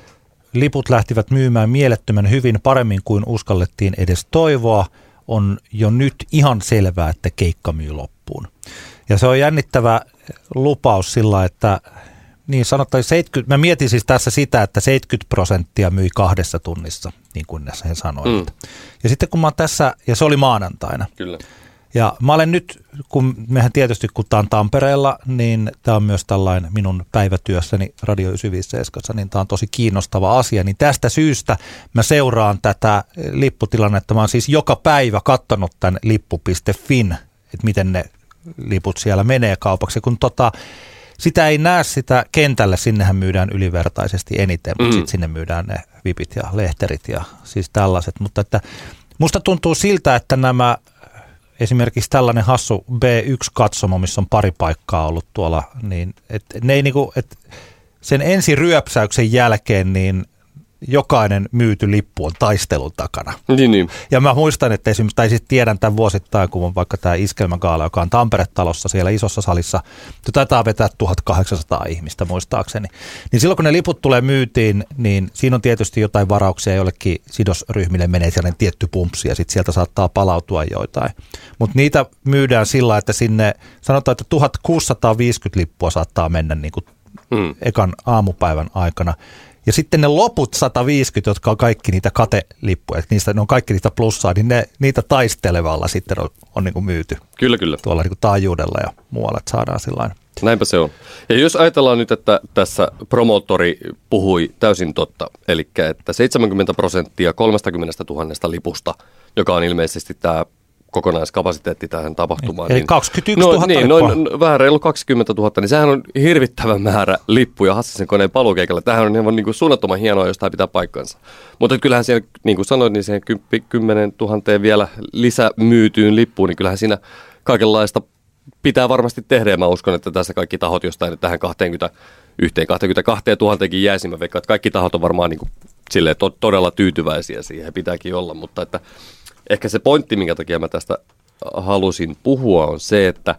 liput lähtivät myymään mielettömän hyvin, paremmin kuin uskallettiin edes toivoa. On jo nyt ihan selvää, että keikka myy loppuun. Ja se on jännittävä lupaus sillä, että niin sanotaan seitsemänkymmentä, mä mietin siis tässä sitä, että seitsemänkymmentä prosenttia myi kahdessa tunnissa, niin kuin he sanoivat. Mm. Ja sitten kun mä oon tässä, ja se oli maanantaina. Kyllä. Ja mä olen nyt, kun mehän tietysti kun tää on Tampereella, niin tää on myös tällainen minun päivätyössäni Radio yhdeksänsataaviisikymmentäseitsemän, niin tää on tosi kiinnostava asia. Niin tästä syystä mä seuraan tätä lipputilannetta. Mä oon siis joka päivä katsonut tämän lippu piste fin, että miten ne liput siellä menee kaupaksi. Ja kun tota sitä ei näe sitä kentällä, sinnehän myydään ylivertaisesti eniten, mutta mm. sitten sinne myydään ne vipit ja lehterit ja siis tällaiset. Mutta että musta tuntuu siltä, että nämä esimerkiksi tällainen hassu B yksi -katsomo, missä on pari paikkaa ollut tuolla, niin et, ne ei niinku, et sen ensiryöpsäyksen jälkeen niin jokainen myyty lippu on taistelun takana. Niin, niin. Ja mä muistan, että esimerkiksi, tai siis tiedän tämän vuosittain, kun on vaikka tämä Iskelmägaala, joka on Tampere-talossa siellä isossa salissa, taitaa vetää tuhatkahdeksansataa ihmistä muistaakseni. Niin silloin kun ne liput tulee myytiin, niin siinä on tietysti jotain varauksia, jollekin sidosryhmille menee sellainen tietty pumpsi ja sitten sieltä saattaa palautua joitain. Mutta niitä myydään sillä, että sinne sanotaan, että tuhatkuusisataaviisikymmentä lippua saattaa mennä niin kuin hmm. ekan aamupäivän aikana. Ja sitten ne loput sata viisikymmentä, jotka on kaikki niitä katelippuja, että niistä, ne on kaikki niitä plussaa, niin ne, niitä taistelevalla sitten on, on niin kuin myyty. Kyllä, kyllä. Tuolla niin kuin taajuudella ja muualla, että saadaan sillain. Näinpä se on. Ja jos ajatellaan nyt, että tässä promoottori puhui täysin totta, eli että seitsemänkymmentä prosenttia kolmekymmentätuhatta lipusta, joka on ilmeisesti tämä kokonaiskapasiteetti tähän tapahtumaan. Eli niin, kaksikymmentäyksituhatta no, niin, noin vähän reilu kaksikymmentätuhatta, niin sehän on hirvittävä määrä lippuja Hassisen koneen paluukeikalle. Tämähän on ihan niin kuin suunnattoman hienoa, jos tämä pitää paikkansa. Mutta kyllähän siellä, niin kuin sanoit, niin siihen kymmenen tuhatta vielä lisämyytyyn lippuun, niin kyllähän siinä kaikenlaista pitää varmasti tehdä. Ja mä uskon, että tässä kaikki tahot jostain tähän kaksikymmentäyksi kaksikymmentäkaksi tuhantakin jäisi. Mä veikkaan, että kaikki tahot on varmaan niin kuin silleen to- todella tyytyväisiä siihen, pitääkin olla, mutta että ehkä se pointti, minkä takia mä tästä halusin puhua, on se, että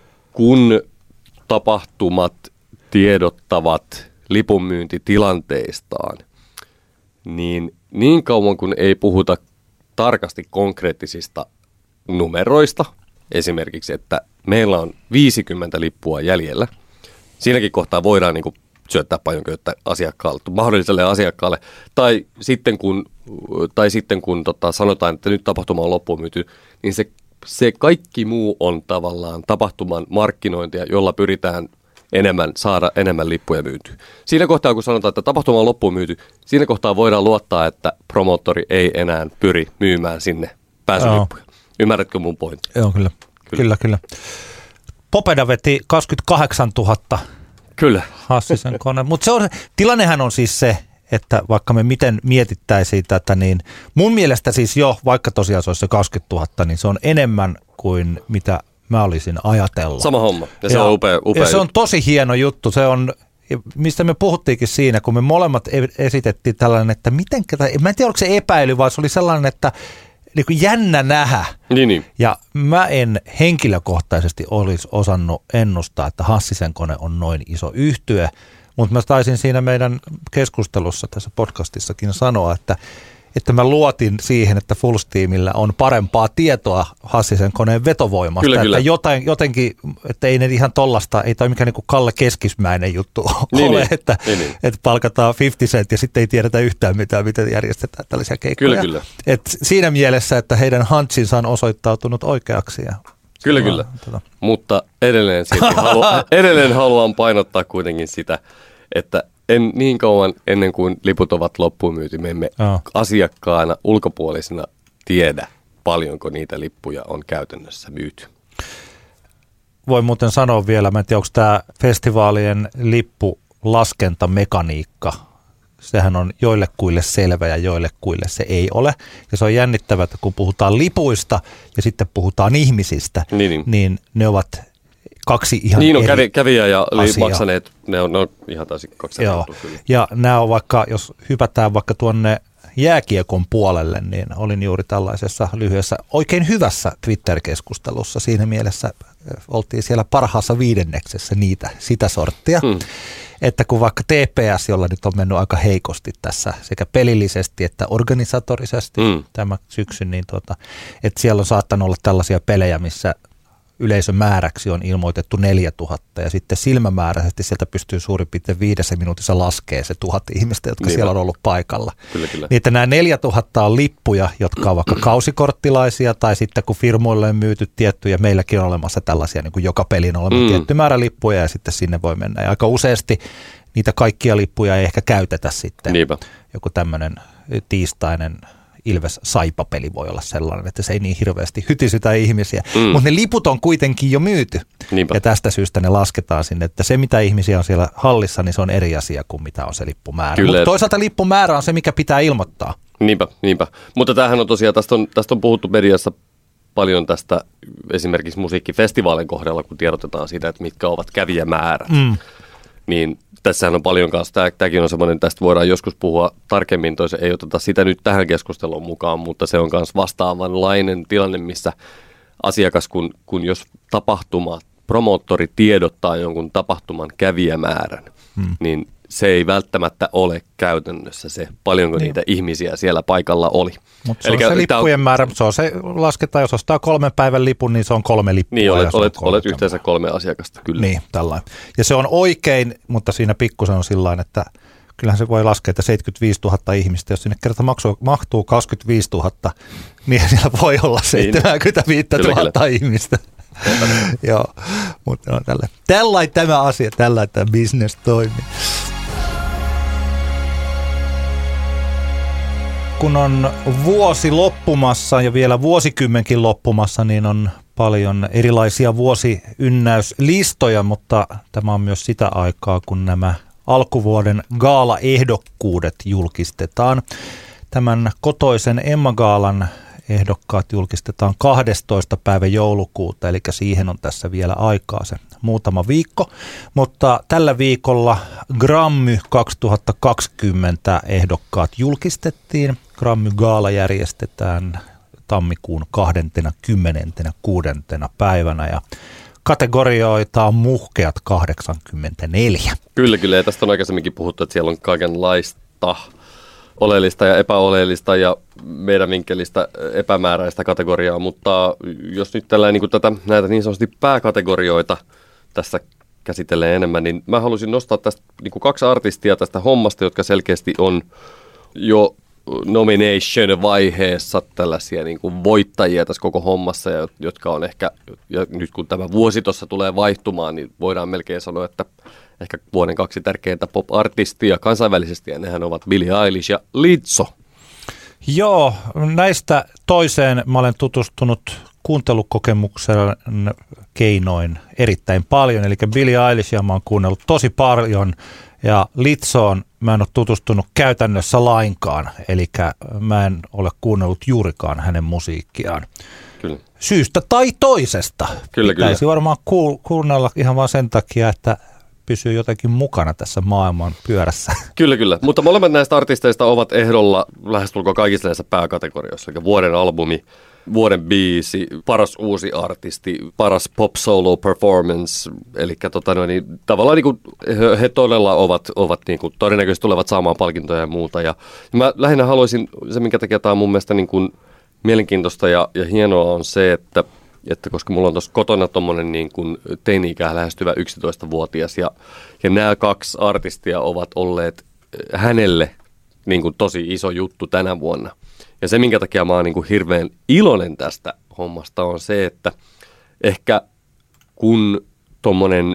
kun tapahtumat tiedottavat lipunmyyntitilanteistaan, niin niin kauan kun ei puhuta tarkasti konkreettisista numeroista, esimerkiksi, että meillä on viisikymmentä lippua jäljellä, siinäkin kohtaa voidaan niin kuin syöttää pajonköyttä asiakkaalle, mahdolliselle asiakkaalle. Tai sitten kun, tai sitten kun tota, sanotaan, että nyt tapahtuma on loppuun myyty, niin se, se kaikki muu on tavallaan tapahtuman markkinointia, jolla pyritään enemmän, saada enemmän lippuja myytyä. Siinä kohtaa, kun sanotaan, että tapahtuma on loppuun myyty, siinä kohtaa voidaan luottaa, että promoottori ei enää pyri myymään sinne pääsylippuja. Joo. Ymmärrätkö mun pointin? Joo, kyllä. Kyllä, kyllä. kyllä. Popeda veti kaksikymmentäkahdeksantuhatta. Kyllä. Hassisen kone. Mutta se on, tilannehan on siis se, että vaikka me miten mietittäisiin tätä, niin mun mielestä siis jo, vaikka tosiaan se olisi se kaksikymmentätuhatta, niin se on enemmän kuin mitä mä olisin ajatellut. Sama homma. Ja se ja, on upea, upea ja se on tosi hieno juttu. Se on, mistä me puhuttiinkin siinä, kun me molemmat esitettiin tällainen, että miten, mä en tiedä, oliko se epäily, vaan se oli sellainen, että niin kuin jännä nähdä. Niin, niin. Ja mä en henkilökohtaisesti olisi osannut ennustaa, että Hassisen kone on noin iso yhtye, mutta mä taisin siinä meidän keskustelussa tässä podcastissakin sanoa, että että mä luotin siihen, että Fullsteamillä on parempaa tietoa Hassisen koneen vetovoimasta. Kyllä, että kyllä. Jotain, jotenkin, että ei ne ihan tollasta, ei toi mikään niin kuin Kalle Keskismäinen juttu niin, ole, niin, että, niin, niin. että palkataan viisikymmentä cent ja sitten ei tiedetä yhtään mitään, miten järjestetään tällaisia keikkoja. Kyllä, kyllä. Et siinä mielessä, että heidän hunchinsa on osoittautunut oikeaksi. Ja kyllä, on, kyllä. Tota. Mutta edelleen, halu, edelleen haluan painottaa kuitenkin sitä, että en niin kauan ennen kuin liput ovat loppuun myyty, me emme oh. asiakkaana ulkopuolisena tiedä, paljonko niitä lippuja on käytännössä myyty. Voi muuten sanoa vielä, mä en tiedä, onko tämä festivaalien lippulaskentamekaniikka, sehän on joillekuille selvä ja joillekuille se ei ole. Ja se on jännittävää, että kun puhutaan lipuista ja sitten puhutaan ihmisistä, niin, niin. niin ne ovat kaksi ihan niin on eri kävijä ja asiaa. maksaneet, ne on, ne on ihan taas kaksi Joo. Ja nämä on vaikka, jos hypätään vaikka tuonne jääkiekon puolelle, niin olin juuri tällaisessa lyhyessä, oikein hyvässä Twitter-keskustelussa. Siinä mielessä oltiin siellä parhaassa viidenneksessä niitä, sitä sorttia. Hmm. Että kun vaikka T P S, jolla nyt on mennyt aika heikosti tässä sekä pelillisesti että organisatorisesti hmm. tämä syksy, niin tuota, että siellä on saattanut olla tällaisia pelejä, missä yleisömääräksi on ilmoitettu neljätuhatta ja sitten silmämääräisesti sieltä pystyy suurin piirtein viidessä minuutissa laskee se tuhat ihmistä, jotka niin siellä on ollut paikalla. Kyllä, kyllä. Niin että nämä neljätuhatta on lippuja, jotka on vaikka kausikorttilaisia tai sitten kun firmoille on myyty tiettyjä, meilläkin on olemassa tällaisia niin kuin joka pelin olemassa mm. tietty määrä lippuja ja sitten sinne voi mennä. Ja aika useasti niitä kaikkia lippuja ei ehkä käytetä sitten. Niinpä. Joku tämmöinen tiistainen Ilves-Saipa-peli voi olla sellainen, että se ei niin hirveästi hytisytä ihmisiä. Mm. Mutta ne liput on kuitenkin jo myyty. Niinpä. Ja tästä syystä ne lasketaan sinne, että se mitä ihmisiä on siellä hallissa, niin se on eri asia kuin mitä on se lippumäärä. Mutta toisaalta lippumäärä on se, mikä pitää ilmoittaa. Niinpä, niinpä. Mutta tämähän on tosiaan, tästä on, tästä on puhuttu mediassa paljon tästä esimerkiksi musiikkifestivaalin kohdalla, kun tiedotetaan siitä, että mitkä ovat kävijämäärät. Mm. Niin tässähän on paljon kanssa, Tää, tämäkin on semmoinen, tästä voidaan joskus puhua tarkemmin, toisi ei oteta sitä nyt tähän keskusteluun mukaan, mutta se on myös vastaavanlainen tilanne, missä asiakas, kun, kun jos tapahtuma, promoottori tiedottaa jonkun tapahtuman kävijämäärän, hmm. niin se ei välttämättä ole käytännössä se, paljonko niin. niitä ihmisiä siellä paikalla oli. Mutta se Elikkä, on se lippujen on, määrä, se on se, lasketaan, jos ostaa kolmen päivän lipun, niin se on kolme lippua. Niin, olet, olet, olet yhteensä kolme asiakasta, kyllä. Niin, tällainen. Ja se on oikein, mutta siinä pikkusen on sillain, että kyllähän se voi laskea, että seitsemänkymmentäviisituhatta ihmistä, jos sinne kerta maksuu, mahtuu kaksikymmentäviisituhatta, niin siellä voi olla seitsemänkymmentäviisituhatta ihmistä. Joo, mutta on tällä. Tällainen tämä asia, tällainen tämä business toimii. Kun on vuosi loppumassa ja vielä vuosikymmenkin loppumassa, niin on paljon erilaisia vuosiynnäyslistoja, mutta tämä on myös sitä aikaa, kun nämä alkuvuoden gaala-ehdokkuudet julkistetaan. Tämän kotoisen Emma-gaalan ehdokkaat julkistetaan kahdestoista päivä joulukuuta, eli siihen on tässä vielä aikaa se muutama viikko. Mutta tällä viikolla Grammy kaksituhattakaksikymmentä ehdokkaat julkistettiin. Grammy-gaala järjestetään tammikuun kahdeskymmeneskuudes päivänä ja kategorioita on muhkeat kahdeksankymmentäneljä. Kyllä, kyllä. Ja tästä on aikaisemminkin puhuttu, että siellä on kaikenlaista oleellista ja epäoleellista ja meidän vinkkelistä epämääräistä kategoriaa, mutta jos nyt tällä niin kuin tätä, näitä niin sanotusti pääkategorioita tässä käsitellään enemmän, niin mä halusin nostaa tästä niin kuin kaksi artistia tästä hommasta, jotka selkeästi on jo nomination-vaiheessa tällaisia niin kuin voittajia tässä koko hommassa, ja jotka on ehkä, ja nyt kun tämä vuosi tuossa tulee vaihtumaan, niin voidaan melkein sanoa, että ehkä vuoden kaksi tärkeintä pop-artistia kansainvälisesti, ja nehän ovat Billie Eilish ja Lizzo. Joo, näistä toiseen mä olen tutustunut kuuntelukokemuksen keinoin erittäin paljon, eli Billie Eilishia mä oon kuunnellut tosi paljon, ja Lizzoon mä en ole tutustunut käytännössä lainkaan, eli mä en ole kuunnellut juurikaan hänen musiikkiaan. Kyllä. Syystä tai toisesta. Kyllä, Pitäisi kyllä. varmaan kuunnella ihan vaan sen takia, että pysyy jotenkin mukana tässä maailman pyörässä. Kyllä, kyllä. Mutta molemmat näistä artisteista ovat ehdolla lähestulkoon kaikissa näissä pääkategorioissa, eli vuoden albumi, vuoden biisi, paras uusi artisti, paras pop solo performance, eli tota no, niin, tavallaan niin kuin, he, he todella ovat, ovat niin kuin, todennäköisesti tulevat saamaan palkintoja ja muuta. Ja, ja mä lähinnä haluaisin, se minkä takia tämä on mun mielestä niin kuin mielenkiintoista ja, ja hienoa on se, että, että koska mulla on tuossa kotona tommonen niin kuin teini-ikää lähestyvä yksitoistavuotias ja, ja nämä kaksi artistia ovat olleet hänelle niin kuin tosi iso juttu tänä vuonna. Ja se, minkä takia mä oon niin kuin hirveän iloinen tästä hommasta, on se, että ehkä kun tommonen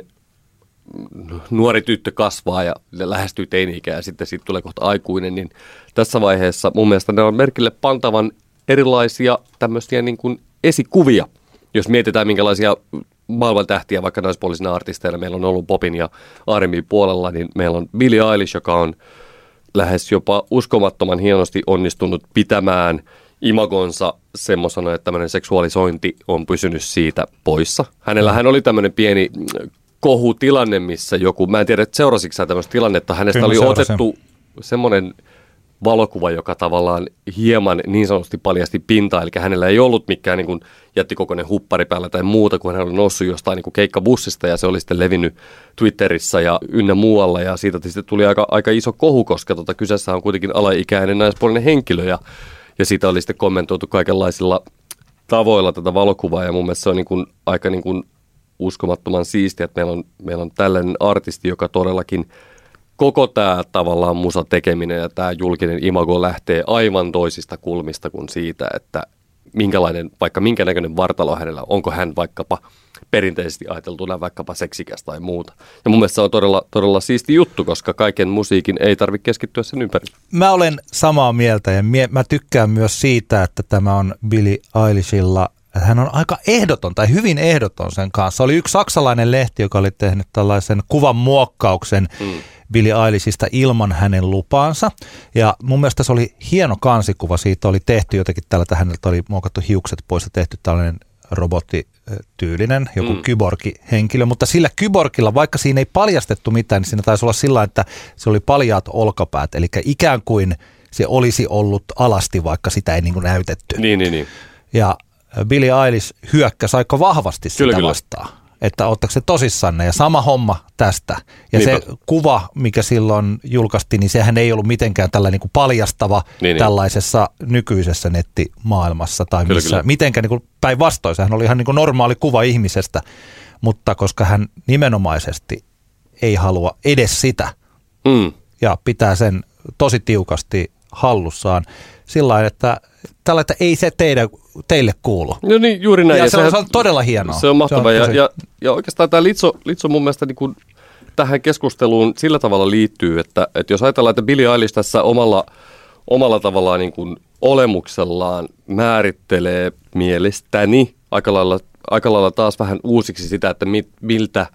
nuori tyttö kasvaa ja lähestyy teini-ikää ja sitten siitä tulee kohta aikuinen, niin tässä vaiheessa mun mielestä ne on merkille pantavan erilaisia tämmöisiä niin kuin esikuvia. Jos mietitään, minkälaisia maailman tähtiä vaikka naispuolisina artisteina meillä on ollut popin ja R and B puolella, niin meillä on Billie Eilish, joka on lähes jopa uskomattoman hienosti onnistunut pitämään imagonsa semmoisena, että tämmöinen seksuaalisointi on pysynyt siitä poissa. Hänellähän oli tämmöinen pieni kohutilanne, missä joku, mä en tiedä, että seurasitko sä tämmöistä tilannetta, hänestä Kyllä oli seurasin. otettu semmoinen valokuva, joka tavallaan hieman niin sanotusti paljasti pintaa, eli hänellä ei ollut mikään niin kuin jättikokoinen huppari päällä tai muuta, kun hän oli noussut jostain niin kuin keikkabussista ja se oli sitten levinnyt Twitterissä ja ynnä muualla ja siitä sitten tuli aika, aika iso kohu, koska tota, kyseessä on kuitenkin alaikäinen naispuolinen henkilö ja, ja siitä oli sitten kommentoitu kaikenlaisilla tavoilla tätä valokuvaa ja mun mielestä se on niin kuin, aika niin kuin uskomattoman siistiä, että meillä on, meillä on tällainen artisti, joka todellakin koko tämä tavallaan musa tekeminen ja tämä julkinen imago lähtee aivan toisista kulmista kuin siitä, että minkälainen, vaikka minkä näköinen vartalo hänellä, onko hän vaikkapa perinteisesti ajateltuna vaikkapa seksikäs tai muuta. Ja mun mielestä se on todella, todella siisti juttu, koska kaiken musiikin ei tarvitse keskittyä sen ympärille. Mä olen samaa mieltä ja mie- mä tykkään myös siitä, että tämä on Billie Eilishilla, että hän on aika ehdoton tai hyvin ehdoton sen kanssa. Oli yksi saksalainen lehti, joka oli tehnyt tällaisen kuvan muokkauksen mm. Billie Eilishistä ilman hänen lupaansa. Ja mun mielestä se oli hieno kansikuva. Siitä oli tehty jotenkin tällä, että häneltä oli muokattu hiukset pois ja tehty tällainen robottityylinen, joku mm. kyborgi-henkilö. Mutta sillä kyborgilla, vaikka siinä ei paljastettu mitään, niin siinä taisi olla sillä, että se oli paljaat olkapäät. Eli ikään kuin se olisi ollut alasti, vaikka sitä ei niin kuin näytetty. Niin, niin, niin. Ja Billie Eilish hyökkäsi aika vahvasti sitä kyllä, kyllä. vastaan, että ottaako se tosissanne ja sama homma tästä. Ja Niinpä. Se kuva, mikä silloin julkaistiin, niin sehän ei ollut mitenkään tällainen niin kuin paljastava niin, tällaisessa niin. nykyisessä nettimaailmassa tai kyllä, missä, kyllä. mitenkään niin kuin päinvastoin. Sehän oli ihan niin kuin normaali kuva ihmisestä, mutta koska hän nimenomaisesti ei halua edes sitä mm. ja pitää sen tosi tiukasti hallussaan sillä lailla, että tällä, että ei se teidän, teille kuulu. No niin, juuri näin. Ja, ja se, on, se on todella hienoa. Se on mahtavaa. Se on ja, tosi... ja, ja oikeastaan tämä Lizzo, Lizzo mun mielestä niin kuin tähän keskusteluun sillä tavalla liittyy, että, että jos ajatellaan, että Billie Eilish tässä omalla, omalla tavallaan niin kuin olemuksellaan määrittelee mielestäni aika lailla, aika lailla taas vähän uusiksi sitä, että mit, miltä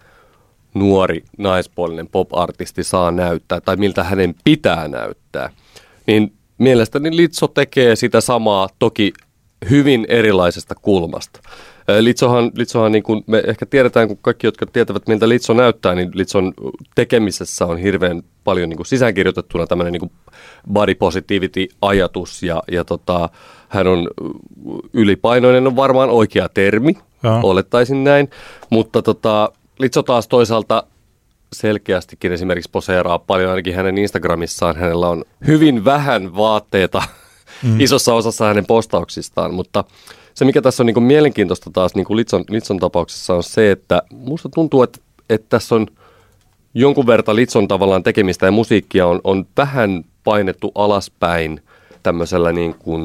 nuori naispuolinen pop-artisti saa näyttää tai miltä hänen pitää näyttää, niin mielestäni Lizzo tekee sitä samaa toki hyvin erilaisesta kulmasta. Lizzohan, Lizzohan niin kuin me ehkä tiedetään, kun kaikki, jotka tietävät, miltä Lizzo näyttää, niin Lizzon tekemisessä on hirveän paljon niin kuin sisäänkirjoitettuna tämmöinen niin kuin body positivity-ajatus, ja, ja tota, hän on ylipainoinen, on varmaan oikea termi, ja. olettaisin näin, mutta tota, Lizzo taas toisaalta selkeästikin esimerkiksi poseeraa paljon, ainakin hänen Instagramissaan. Hänellä on hyvin vähän vaatteita mm. isossa osassa hänen postauksistaan, mutta se mikä tässä on niin kuin mielenkiintoista taas niin kuin Lizzon, Lizzon tapauksessa on se, että musta tuntuu, että, että tässä on jonkun verran Litson tavallaan tekemistä ja musiikkia on, on vähän painettu alaspäin tämmöisellä niin kuin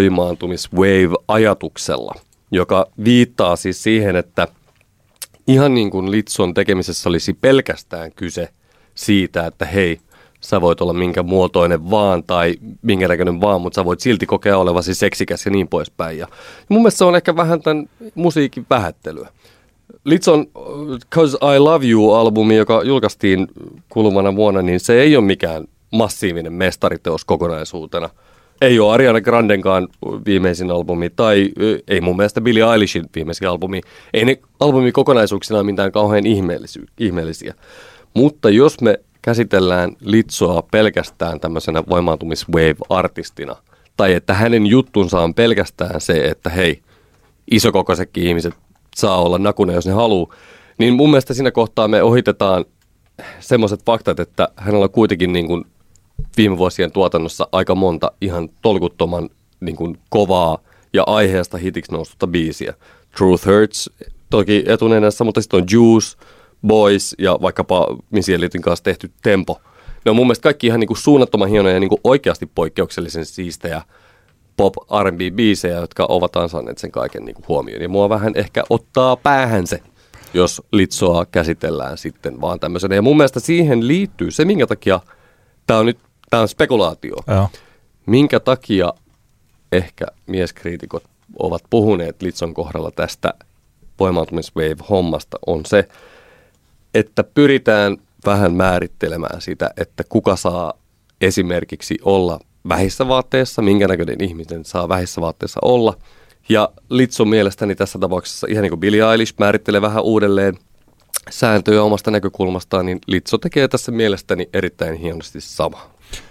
voimaantumis-wave-ajatuksella, joka viittaa siis siihen, että ihan niin kuin Litson tekemisessä olisi pelkästään kyse siitä, että hei, sä voit olla minkä muotoinen vaan tai minkä näköinen vaan, mutta sä voit silti kokea olevasi seksikäs ja niin poispäin. Ja mun mielestä se on ehkä vähän tämän musiikin vähättelyä. Litson Cause I Love You-albumi, joka julkaistiin kuluvana vuonna, niin se ei ole mikään massiivinen mestariteos kokonaisuutena. Ei ole Ariana Grandenkaan viimeisin albumi, tai ei mun mielestä Billie Eilishin viimeisin albumi. Ei ne albumi kokonaisuuksina mitään kauhean ihmeellisiä. Mutta jos me käsitellään Litsoa pelkästään tämmöisenä voimaantumis-wave-artistina, tai että hänen juttunsa on pelkästään se, että hei, isokokoisetkin ihmiset saa olla nakuna, jos ne haluaa, niin mun mielestä siinä kohtaa me ohitetaan semmoiset faktat, että hänellä on kuitenkin niin kuin viime vuosien tuotannossa aika monta ihan tolkuttoman niin kuin kovaa ja aiheesta hitiksi noustusta biisiä. Truth Hurts toki etunenässä, mutta sitten on Juice, Boys ja vaikkapa Missy Elliotin kanssa tehty Tempo. Ne on mun mielestä kaikki ihan niin kuin suunnattoman hienoja ja niin kuin oikeasti poikkeuksellisen siistejä pop R and B-biisejä, jotka ovat ansainneet sen kaiken niin kuin huomioon. Ja mua vähän ehkä ottaa päähän se, jos Litsoa käsitellään sitten vaan tämmöisenä. Ja mun mielestä siihen liittyy se, minkä takia tämä on nyt tämä on spekulaatio. Joo. Minkä takia ehkä mieskriitikot ovat puhuneet Litson kohdalla tästä voimaantumis-wave-hommasta on se, että pyritään vähän määrittelemään sitä, että kuka saa esimerkiksi olla vähissä vaatteissa, minkä näköinen ihminen saa vähissä vaatteissa olla. Ja Litson mielestäni tässä tapauksessa, ihan niin kuin Billie Eilish määrittelee vähän uudelleen sääntöjä omasta näkökulmastaan, niin Litso tekee tässä mielestäni erittäin hienosti sama.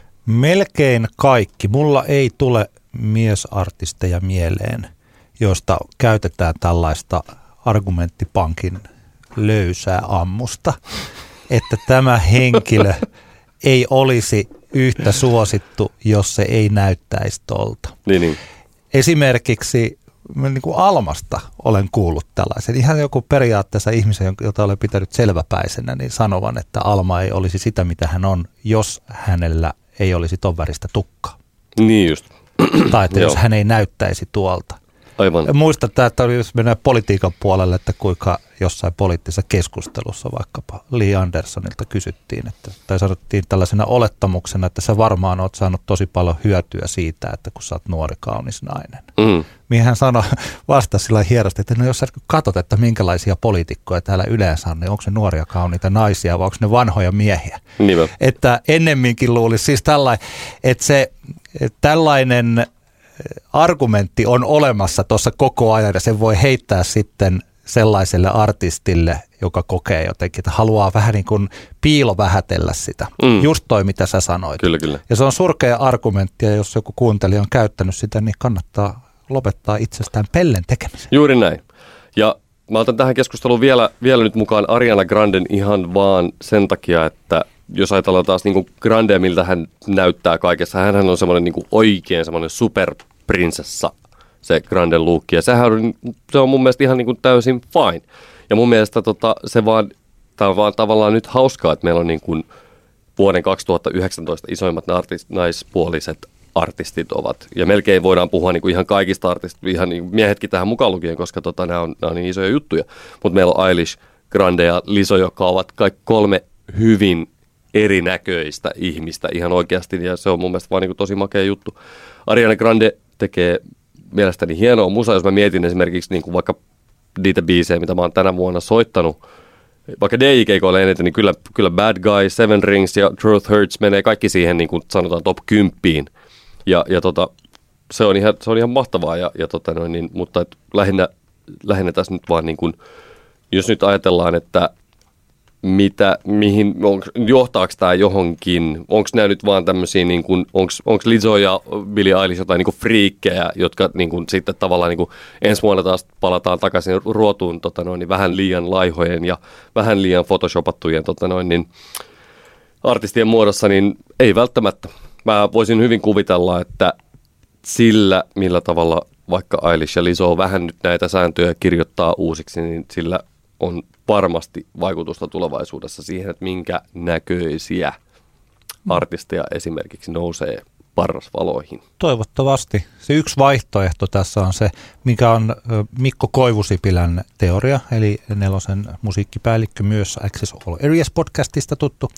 Melkein kaikki. Mulla ei tule miesartisteja mieleen, joista käytetään tällaista argumenttipankin löysää ammusta, että tämä henkilö ei olisi yhtä suosittu, jos se ei näyttäisi tolta. Niin, niin. Esimerkiksi niin kuin Almasta olen kuullut tällaisen. Ihan joku periaatteessa ihmisen, jota olen pitänyt selväpäisenä, niin sanovan, että Alma ei olisi sitä, mitä hän on, jos hänellä ei olisi ton väristä tukkaa. Niin just. Tai että jos hän ei näyttäisi tuolta. Aivan. Muistan, että jos mennään politiikan puolelle, että kuinka jossain poliittisessa keskustelussa vaikkapa Lee Andersonilta kysyttiin, että, tai sanottiin tällaisena olettamuksena, että sä varmaan oot saanut tosi paljon hyötyä siitä, että kun sä oot nuori, kaunis nainen. Mm. Mihin hän sanoi, vastasi sillä hienosti, että no jos sä katsot, että minkälaisia poliitikkoja täällä yleensä on, niin onko se nuoria kauniita naisia vai onko ne vanhoja miehiä? Niinpä. Että ennemminkin luulisi siis tällainen, että se että tällainen argumentti on olemassa tuossa koko ajan ja sen voi heittää sitten sellaiselle artistille, joka kokee jotenkin, että haluaa vähän niin kuin piilovähätellä sitä. Mm. Just toi, mitä sä sanoit. Kyllä, kyllä. Ja se on surkea argumentti ja jos joku kuuntelija on käyttänyt sitä, niin kannattaa lopettaa itsestään pellen tekemisen. Juuri näin. Ja mä otan tähän keskusteluun vielä, vielä nyt mukaan Ariana Granden ihan vaan sen takia, että jos ajatellaan taas niin kuin Grandea, miltä hän näyttää kaikessa, hänhän on semmoinen niin kuin oikein semmoinen superprinsessa, se Granden look. Ja sehän on, se on mun mielestä ihan niin kuin täysin fine. Ja mun mielestä tota, se vaan, tää on vaan tavallaan nyt hauskaa, että meillä on niin kuin vuoden kaksituhattayhdeksäntoista isoimmat artist, naispuoliset artistit ovat. Ja melkein voidaan puhua niin kuin ihan kaikista artistista, ihan niin miehetkin tähän mukaan lukien, koska tota, nämä, on, nämä on niin isoja juttuja. Mutta meillä on Eilish, Grande ja Lizzo, jotka ovat kaikki kolme hyvin erinäköistä ihmistä ihan oikeasti, ja se on mun mielestä vaan niin kuin tosi makea juttu. Ariana Grande tekee mielestäni hienoa musaa, jos mä mietin esimerkiksi niin kuin vaikka niitä biisejä, mitä mä oon tänä vuonna soittanut, vaikka D J-keikoilla eniten, niin kyllä, kyllä Bad Guy, Seven Rings ja Truth Hurts menee kaikki siihen niin kuin sanotaan top kymppiin, ja, ja tota, se, on ihan, se on ihan mahtavaa, ja, ja tota noin, niin, mutta et lähinnä, lähinnä tässä nyt vaan niin kuin, jos nyt ajatellaan, että mitä, mihin, onks, johtaako tämä johonkin, onko nämä nyt vaan tämmöisiä, niin onko Lizzo ja Billie Eilish jotain niin friikkejä, jotka niin kuin, sitten tavallaan niin kuin, ensi vuonna taas palataan takaisin ruotuun tota noin, niin vähän liian laihojen ja vähän liian photoshopattujen tota noin, niin, artistien muodossa, niin ei välttämättä. Mä voisin hyvin kuvitella, että sillä, millä tavalla vaikka Eilish ja Lizzo vähän nyt näitä sääntöjä kirjoittaa uusiksi, niin sillä on varmasti vaikutusta tulevaisuudessa siihen, että minkä näköisiä artisteja esimerkiksi nousee parrasvaloihin. Toivottavasti. Se yksi vaihtoehto tässä on se, mikä on Mikko Koivusipilän teoria, eli Nelosen musiikkipäällikkö myös Access All Areas podcastista tuttu,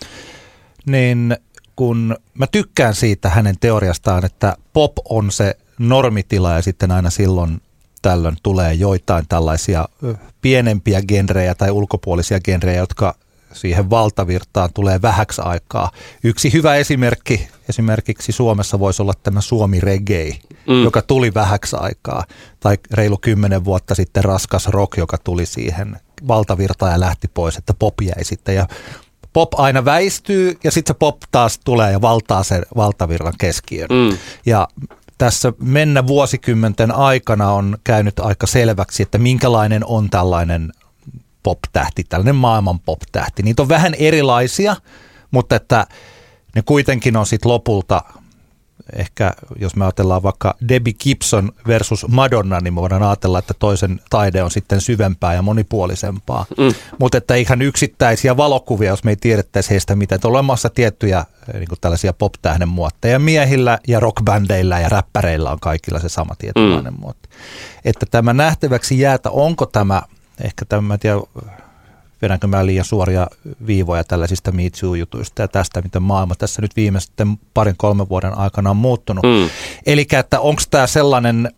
niin kun mä tykkään siitä hänen teoriastaan, että pop on se normitila ja sitten aina silloin tällöin tulee joitain tällaisia pienempiä genrejä tai ulkopuolisia genrejä, jotka siihen valtavirtaan tulee vähäksi aikaa. Yksi hyvä esimerkki esimerkiksi Suomessa voisi olla tämä Suomi Reggae, mm. joka tuli vähäksi aikaa. Tai reilu kymmenen vuotta sitten raskas rock, joka tuli siihen valtavirtaan ja lähti pois, että pop jäi sitten. Ja pop aina väistyy ja sitten se pop taas tulee ja valtaa sen valtavirran keskiön. Mm. Ja tässä mennä vuosikymmenten aikana on käynyt aika selväksi, että minkälainen on tällainen pop-tähti, tällainen maailman pop-tähti. Niitä on vähän erilaisia, mutta että ne kuitenkin on sitten lopulta, ehkä jos me ajatellaan vaikka Debbie Gibson versus Madonna, niin me voidaan ajatella, että toisen taide on sitten syvempää ja monipuolisempaa. Mm. Mutta että ihan yksittäisiä valokuvia, jos me ei tiedettäisi heistä mitään, että on olemassa tiettyjä niin kuin tällaisia pop-tähden muotteja. Miehillä ja rockbändeillä ja räppäreillä on kaikilla se sama tietynlainen mm. muotti. Että tämä nähtäväksi jäätä, onko tämä, ehkä tämä, mä en tiedä, vedänkö mä liian suoria viivoja tällaisista Me Too-jutuista ja tästä, miten maailma tässä nyt viimeisten parin kolmen vuoden aikana on muuttunut. Mm. Eli että onko tämä sellainen,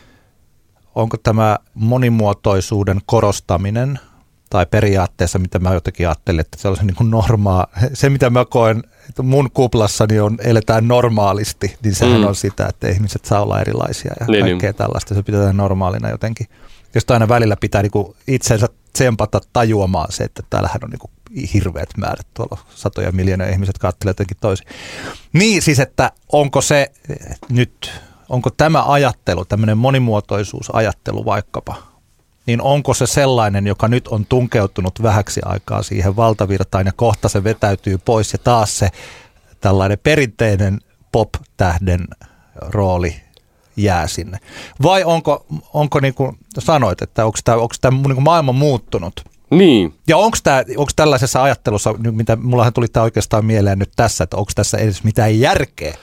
onko tämä monimuotoisuuden korostaminen tai periaatteessa, mitä mä jotenkin ajattelin, että sellaisen niin kuin normaa, se mitä mä koen, että mun kuplassani on, eletään normaalisti, niin sehän mm. on sitä, että ihmiset saa olla erilaisia ja niin, kaikkea niin. tällaista, se pitää normaalina jotenkin. Josta aina välillä pitää niinku itsensä tsempata tajuamaan se, että täällähän on niinku hirveät määrät, tuolla satoja miljoonia ihmiset katselee jotenkin toisin. Niin siis, että onko se nyt, onko tämä ajattelu, tämmöinen monimuotoisuusajattelu vaikkapa, niin onko se sellainen, joka nyt on tunkeutunut vähäksi aikaa siihen valtavirtaan ja kohta se vetäytyy pois ja taas se tällainen perinteinen pop-tähden rooli jää sinne. Vai onko, onko niin kuin sanoit, että onko tämä, onko tämä niin kuin maailma muuttunut? Niin. Ja onko, tämä, onko tällaisessa ajattelussa, mitä mullahan tuli tämä oikeastaan mieleen nyt tässä, että onko tässä edes mitään järkeä?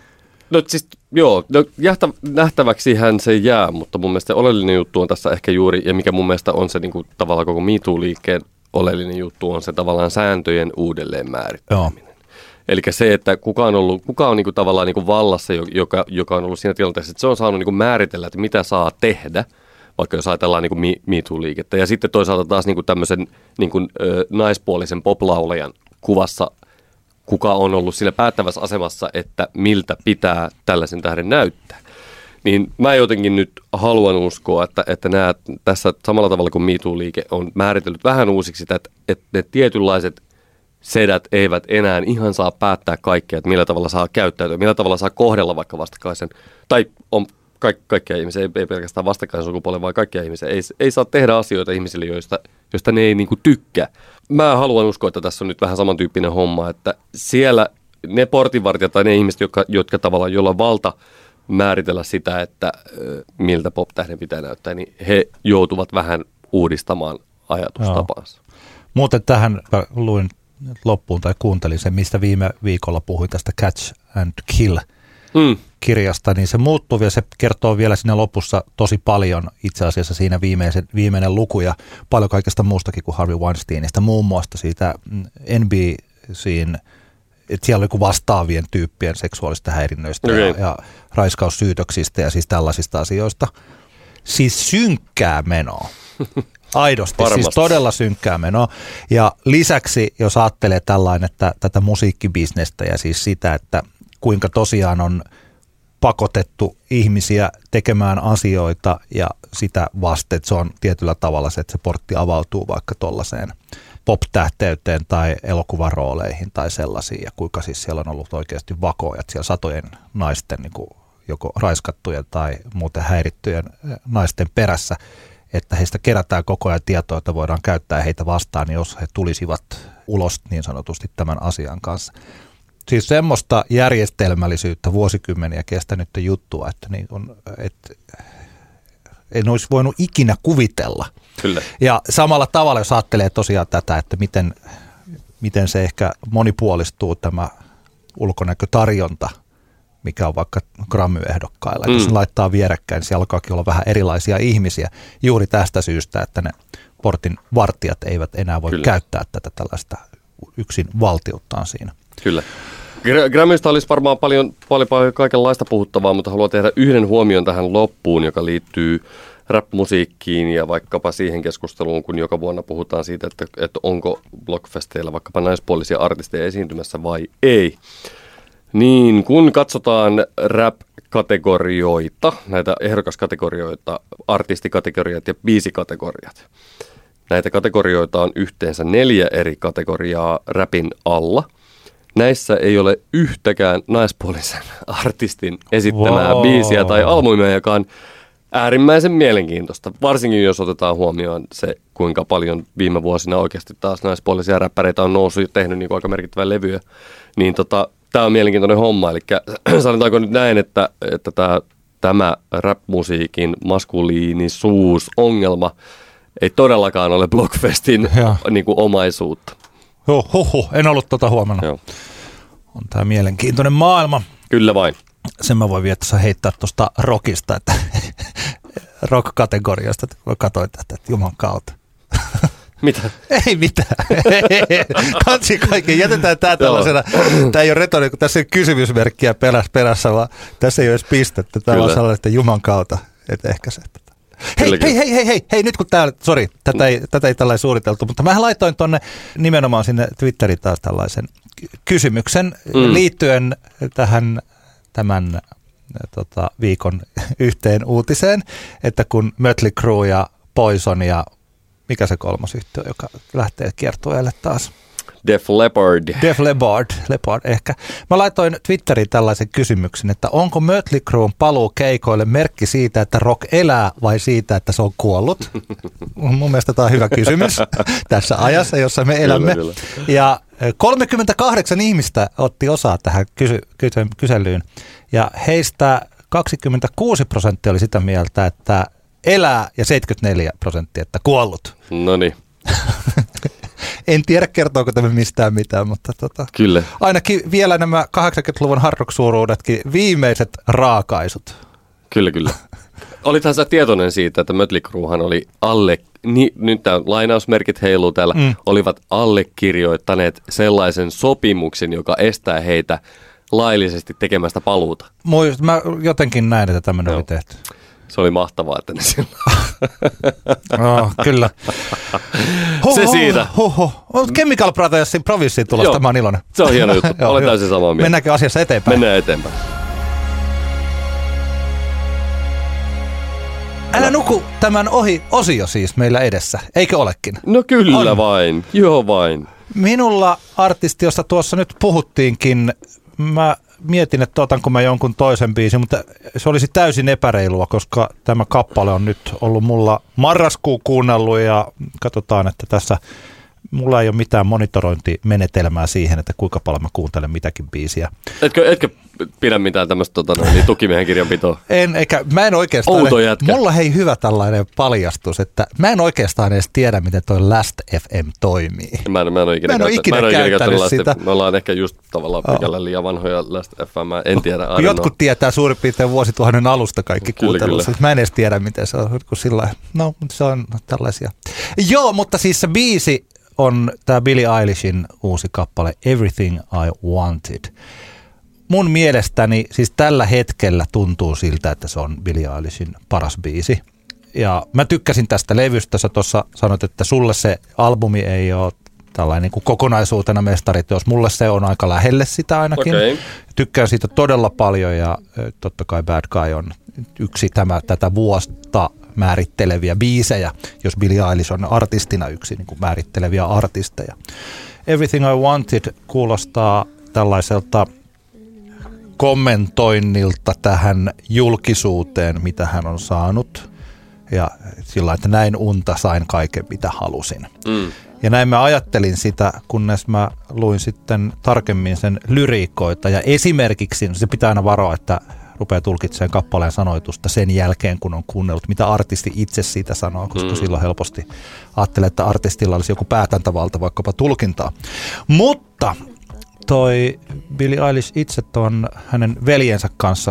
No siis joo, no, nähtäväksihän se jää, mutta mun mielestä oleellinen juttu on tässä ehkä juuri, ja mikä mun mielestä on se niin kuin, tavallaan koko Me Too-liikkeen oleellinen juttu, on se tavallaan sääntöjen uudelleen määrittäminen. Eli se, että kuka on, ollut, kuka on niin kuin tavallaan niin kuin vallassa, joka, joka on ollut siinä tilanteessa, että se on saanut niin kuin määritellä, että mitä saa tehdä, vaikka jos ajatellaan niin kuin Me, Me Too-liikettä. Ja sitten toisaalta taas niin kuin tämmöisen niin kuin, ö, naispuolisen poplaulajan kuvassa, kuka on ollut siinä päättävässä asemassa, että miltä pitää tällaisen tähden näyttää. Niin mä jotenkin nyt haluan uskoa, että, että nämä tässä samalla tavalla kuin Me Too-liike on määritellyt vähän uusiksi sitä, että, että ne tietynlaiset sedät eivät enää ihan saa päättää kaikkea, että millä tavalla saa käyttäytyä, millä tavalla saa kohdella vaikka vastakkaisen, tai on kaik, kaikkia ihmisiä, ei, ei pelkästään vastakkaisen sukupuolen, vaan kaikkia ihmisiä, ei, ei saa tehdä asioita ihmisille, joista, joista ne ei niin kuin tykkää. Mä haluan uskoa, että tässä on nyt vähän samantyyppinen homma, että siellä ne portinvartijat tai ne ihmiset, jotka, jotka tavallaan, joilla on valta määritellä sitä, että miltä pop-tähden pitää näyttää, niin he joutuvat vähän uudistamaan ajatustapaansa. Joo. Muuten tähän luin loppuun tai kuuntelin sen, mistä viime viikolla puhuin tästä Catch and Kill mm. kirjasta, niin se muuttuu ja se kertoo vielä siinä lopussa tosi paljon itse asiassa siinä viimeisen, viimeinen luku ja paljon kaikesta muustakin kuin Harvey Weinsteinista, muun muassa siitä N B C:n, että siellä oli kuin vastaavien tyyppien seksuaalista häirinnöistä okay. ja, ja raiskaussyytöksistä ja siis tällaisista asioista. Siis synkkää menoa. Aidosti, varmasti. Siis todella synkkää menoa. Ja lisäksi, jos ajattelee tällainen, että tätä musiikkibisnestä ja siis sitä, että kuinka tosiaan on pakotettu ihmisiä tekemään asioita ja sitä vasten, että se on tietyllä tavalla se, että se portti avautuu vaikka tuollaiseen pop-tähteyteen tai elokuvarooleihin tai sellaisiin. Ja kuinka siis siellä on ollut oikeasti vakoojat siellä satojen naisten niin kuin joko raiskattujen tai muuten häirittyjen naisten perässä, että heistä kerätään koko ajan tietoa, että voidaan käyttää heitä vastaan, jos he tulisivat ulos niin sanotusti tämän asian kanssa. Siis semmoista järjestelmällisyyttä vuosikymmeniä kestänyttä juttua, että, niin kun, että en olisi voinut ikinä kuvitella, Kyllä. Ja samalla tavalla, jos ajattelee tosiaan tätä, että miten, miten se ehkä monipuolistuu tämä ulkonäkötarjonta, mikä on vaikka Grammy-ehdokkailla. Mm. Jos laittaa vierekkäin, niin siellä alkaakin olla vähän erilaisia ihmisiä juuri tästä syystä, että ne portin vartijat eivät enää voi Kyllä. käyttää tätä tällaista yksin valtiuttaan siinä. Kyllä. Grammysta olisi varmaan paljon, paljon, paljon kaikenlaista puhuttavaa, mutta haluan tehdä yhden huomion tähän loppuun, joka liittyy rap-musiikkiin ja vaikkapa siihen keskusteluun, kun joka vuonna puhutaan siitä, että, että onko Blockfesteillä vaikkapa naispuolisia artisteja esiintymässä vai ei. Niin kun katsotaan rap-kategorioita, näitä ehdokaskategorioita, artistikategoriat ja biisikategoriat. Näitä kategorioita on yhteensä neljä eri kategoriaa rapin alla. Näissä ei ole yhtäkään naispuolisen artistin esittämää wow. biisiä tai albumia, joka on äärimmäisen mielenkiintoista. Varsinkin jos otetaan huomioon se, kuinka paljon viime vuosina oikeasti taas naispuolisia räppäreitä on noussut ja tehnyt niin aika merkittävää levyä. Niin tota, tämä on mielenkiintoinen homma. Eli sanotaanko nyt näin, että, että tämä, tämä rap-musiikin maskuliinisuusongelma ei todellakaan ole Blockfestin niin kuin omaisuutta. Joo, huhu, en ollut tota huomannut. Joo. On tämä mielenkiintoinen maailma. Kyllä vain. Sen mä voin vielä tässä heittää tuosta rockista, että rock-kategoriasta, että katsoin tätä, että juman kautta. Mitä? Ei mitään. Kansi kaiken. Jätetään tämä tällaisena. Tämä ei ole retori, kun tässä ei ole kysymysmerkkiä perässä, vaan tässä ei ole edes pistettä. Tämä on sellainen, että juman kautta, että ehkä se. Hei, hei, hei, hei, hei, hei, nyt kun täällä, sori, tätä ei, tätä ei tällainen suunniteltu, mutta mä laitoin tuonne nimenomaan sinne Twitteriin taas tällaisen kysymyksen mm. liittyen tähän tämän tota, viikon yhteen uutiseen, että kun Mötley Crüe ja Poison ja mikä se kolmas yhtiö, joka lähtee kiertueelle taas? Def Leppard. Def Leppard, Leppard ehkä. Mä laitoin Twitteriin tällaisen kysymyksen, että onko Mötley Crüen paluu keikoille merkki siitä, että rock elää vai siitä, että se on kuollut? Mun mielestä tämä on hyvä kysymys tässä ajassa, jossa me elämme. Kyllä, kyllä. Ja kolmekymmentäkahdeksan ihmistä otti osaa tähän kysy- kysy- kyselyyn ja heistä kaksikymmentäkuusi prosenttia oli sitä mieltä, että elää ja seitsemänkymmentäneljä prosenttia, että kuollut. Noniin. En tiedä, kertooko tämä mistään mitään, mutta tota, kyllä. Ainakin vielä nämä kahdeksankymmentäluvun hard rock-suuruudetkin, viimeiset raakaisut. Kyllä, kyllä. Olithan sä tietoinen siitä, että Mötley Crüehan oli alle, ni, nyt tämä lainausmerkit heiluu täällä, mm. olivat allekirjoittaneet sellaisen sopimuksen, joka estää heitä laillisesti tekemästä paluuta. Muist, mä jotenkin näin, että tämmöinen oli tehty. Se oli mahtavaa, että ne silloin. Oh, kyllä. Ho, se siitä. Ho, ho. Ho. Chemical Brothersin Provinciin tulosta, mä oon iloinen. Se on hieno juttu. Olen täysin samaa mieltä. Mennäänkö asiassa eteenpäin? Mennään eteenpäin. Älä nuku tämän ohi osio siis meillä edessä, eikö olekin? No kyllä on. Vain, joo vain. Minulla artisti, josta tuossa nyt puhuttiinkin, mä mietin, että otanko mä jonkun toisen biisin, mutta se olisi täysin epäreilua, koska tämä kappale on nyt ollut mulla marraskuun kuunnellut ja katsotaan, että tässä mulla ei ole mitään monitorointimenetelmää siihen, että kuinka paljon mä kuuntelen mitäkin biisiä. Etkö, etkö pidä mitään tämmöistä tota, niin tukimiehen kirjanpitoa? En, eikä, mä en oikeastaan, outo jätkä. Mulla ei hyvä tällainen paljastus, että mä en oikeastaan edes tiedä, miten toi Last F M toimii. Mä en, mä en ole ikinä, mä en ole ikinä mä en käyttänyt, käyttänyt Last sitä. Me ollaan ehkä just tavallaan pykällä liian vanhoja Last F M, en tiedä. Jotkut tietää suurin piirtein vuosituhannen alusta kaikki kuuntelussa. Mä en edes tiedä, miten se on, kun sillä no se on tällaisia. Joo, mutta siis se biisi on tämä Billie Eilishin uusi kappale Everything I Wanted. Mun mielestäni siis tällä hetkellä tuntuu siltä, että se on Billie Eilishin paras biisi. Ja mä tykkäsin tästä levystä. Sä tuossa sanoit, että sulle se albumi ei ole tällainen niin kuin kokonaisuutena mestariteos. Mulle se on aika lähelle sitä ainakin. Okay. Tykkään siitä todella paljon ja totta kai Bad Guy on yksi tämä, tätä vuosta määritteleviä biisejä, jos Billie Eilish on artistina yksi niin kuin määritteleviä artisteja. Everything I Wanted kuulostaa tällaiselta kommentoinnilta tähän julkisuuteen, mitä hän on saanut. Ja sillä että näin unta sain kaiken, mitä halusin. Mm. Ja näin mä ajattelin sitä, kunnes mä luin sitten tarkemmin sen lyriikoita. Ja esimerkiksi, se pitää aina varoa, että rupeaa tulkitsemaan kappaleen sanoitusta sen jälkeen, kun on kuunnellut, mitä artisti itse siitä sanoo, koska mm. silloin helposti ajattelee, että artistilla olisi joku päätäntävalta vaikkapa tulkintaa. Mutta toi Billie Eilish itse tuon hänen veljensä kanssa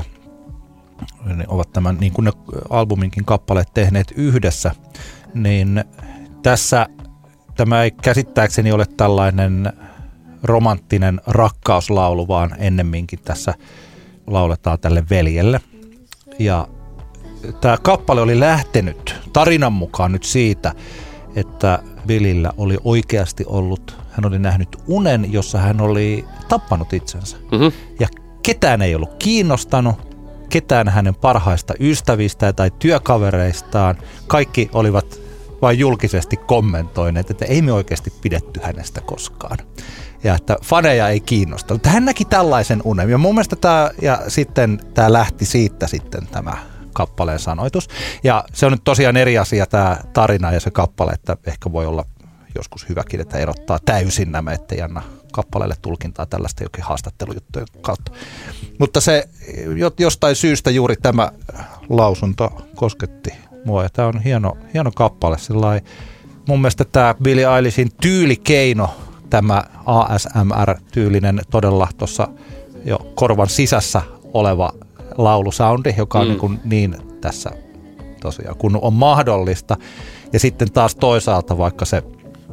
niin ovat tämän, niin kuin ne albuminkin kappaleet tehneet yhdessä, niin tässä tämä ei käsittääkseni ole tällainen romanttinen rakkauslaulu, vaan ennemminkin tässä lauletaan tälle veljelle. Ja tämä kappale oli lähtenyt tarinan mukaan nyt siitä, että Billillä oli oikeasti ollut, hän oli nähnyt unen, jossa hän oli tappanut itsensä. Mm-hmm. Ja ketään ei ollut kiinnostanut, ketään hänen parhaista ystävistä tai työkavereistaan. Kaikki olivat vain julkisesti kommentoineet, että ei me oikeasti pidetty hänestä koskaan. Ja että faneja ei kiinnosta. Mutta hän näki tällaisen unen. Ja mun mielestä tämä, ja sitten tämä lähti siitä sitten tämä kappaleen sanoitus. Ja se on nyt tosiaan eri asia tämä tarina ja se kappale, että ehkä voi olla joskus hyväkin, että erottaa täysin nämä, ettei anna kappaleelle tulkintaa tällaista jokin haastattelujuttujen kautta. Mutta se jostain syystä juuri tämä lausunto kosketti mua. Ja tämä on hieno, hieno kappale. Sillai, mun mielestä tämä Billie Eilishin tyylikeino, tämä A S M R-tyylinen todella tuossa jo korvan sisässä oleva laulusoundi, joka on mm. niin, kuin niin tässä tosiaan, kun on mahdollista. Ja sitten taas toisaalta vaikka se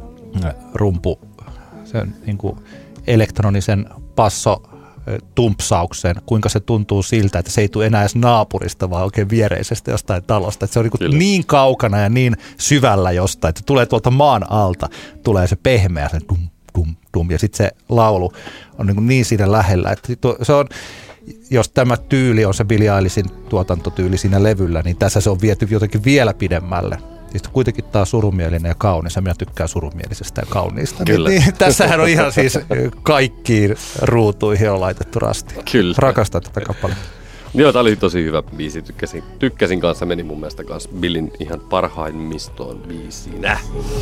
rumpu, se niin kuin elektronisen passo tumpsauksen, kuinka se tuntuu siltä, että se ei tule enää edes naapurista, vaan oikein viereisestä jostain talosta. Että se on niin, niin kaukana ja niin syvällä jostain, että tulee tuolta maan alta, tulee se pehmeä, se dum, dum, dum, ja sitten se laulu on niin, niin siinä lähellä. Että se on, jos tämä tyyli on se Billie Eilishin tuotantotyyli siinä levyllä, niin tässä se on viety jotenkin vielä pidemmälle. Siis kuitenkin tämä on surumielinen ja kaunis, ja minä tykkään surumielisestä ja kauniista. Kyllä. Niin, niin, tässähän on ihan siis kaikkiin ruutuihin on laitettu rasti. Kyllä. Rakastan tätä kappaletta. Joo, tämä oli tosi hyvä biisi. Tykkäsin, tykkäsin kanssa, meni mun mielestä kanssa Billin ihan parhaimmistoon biisinä.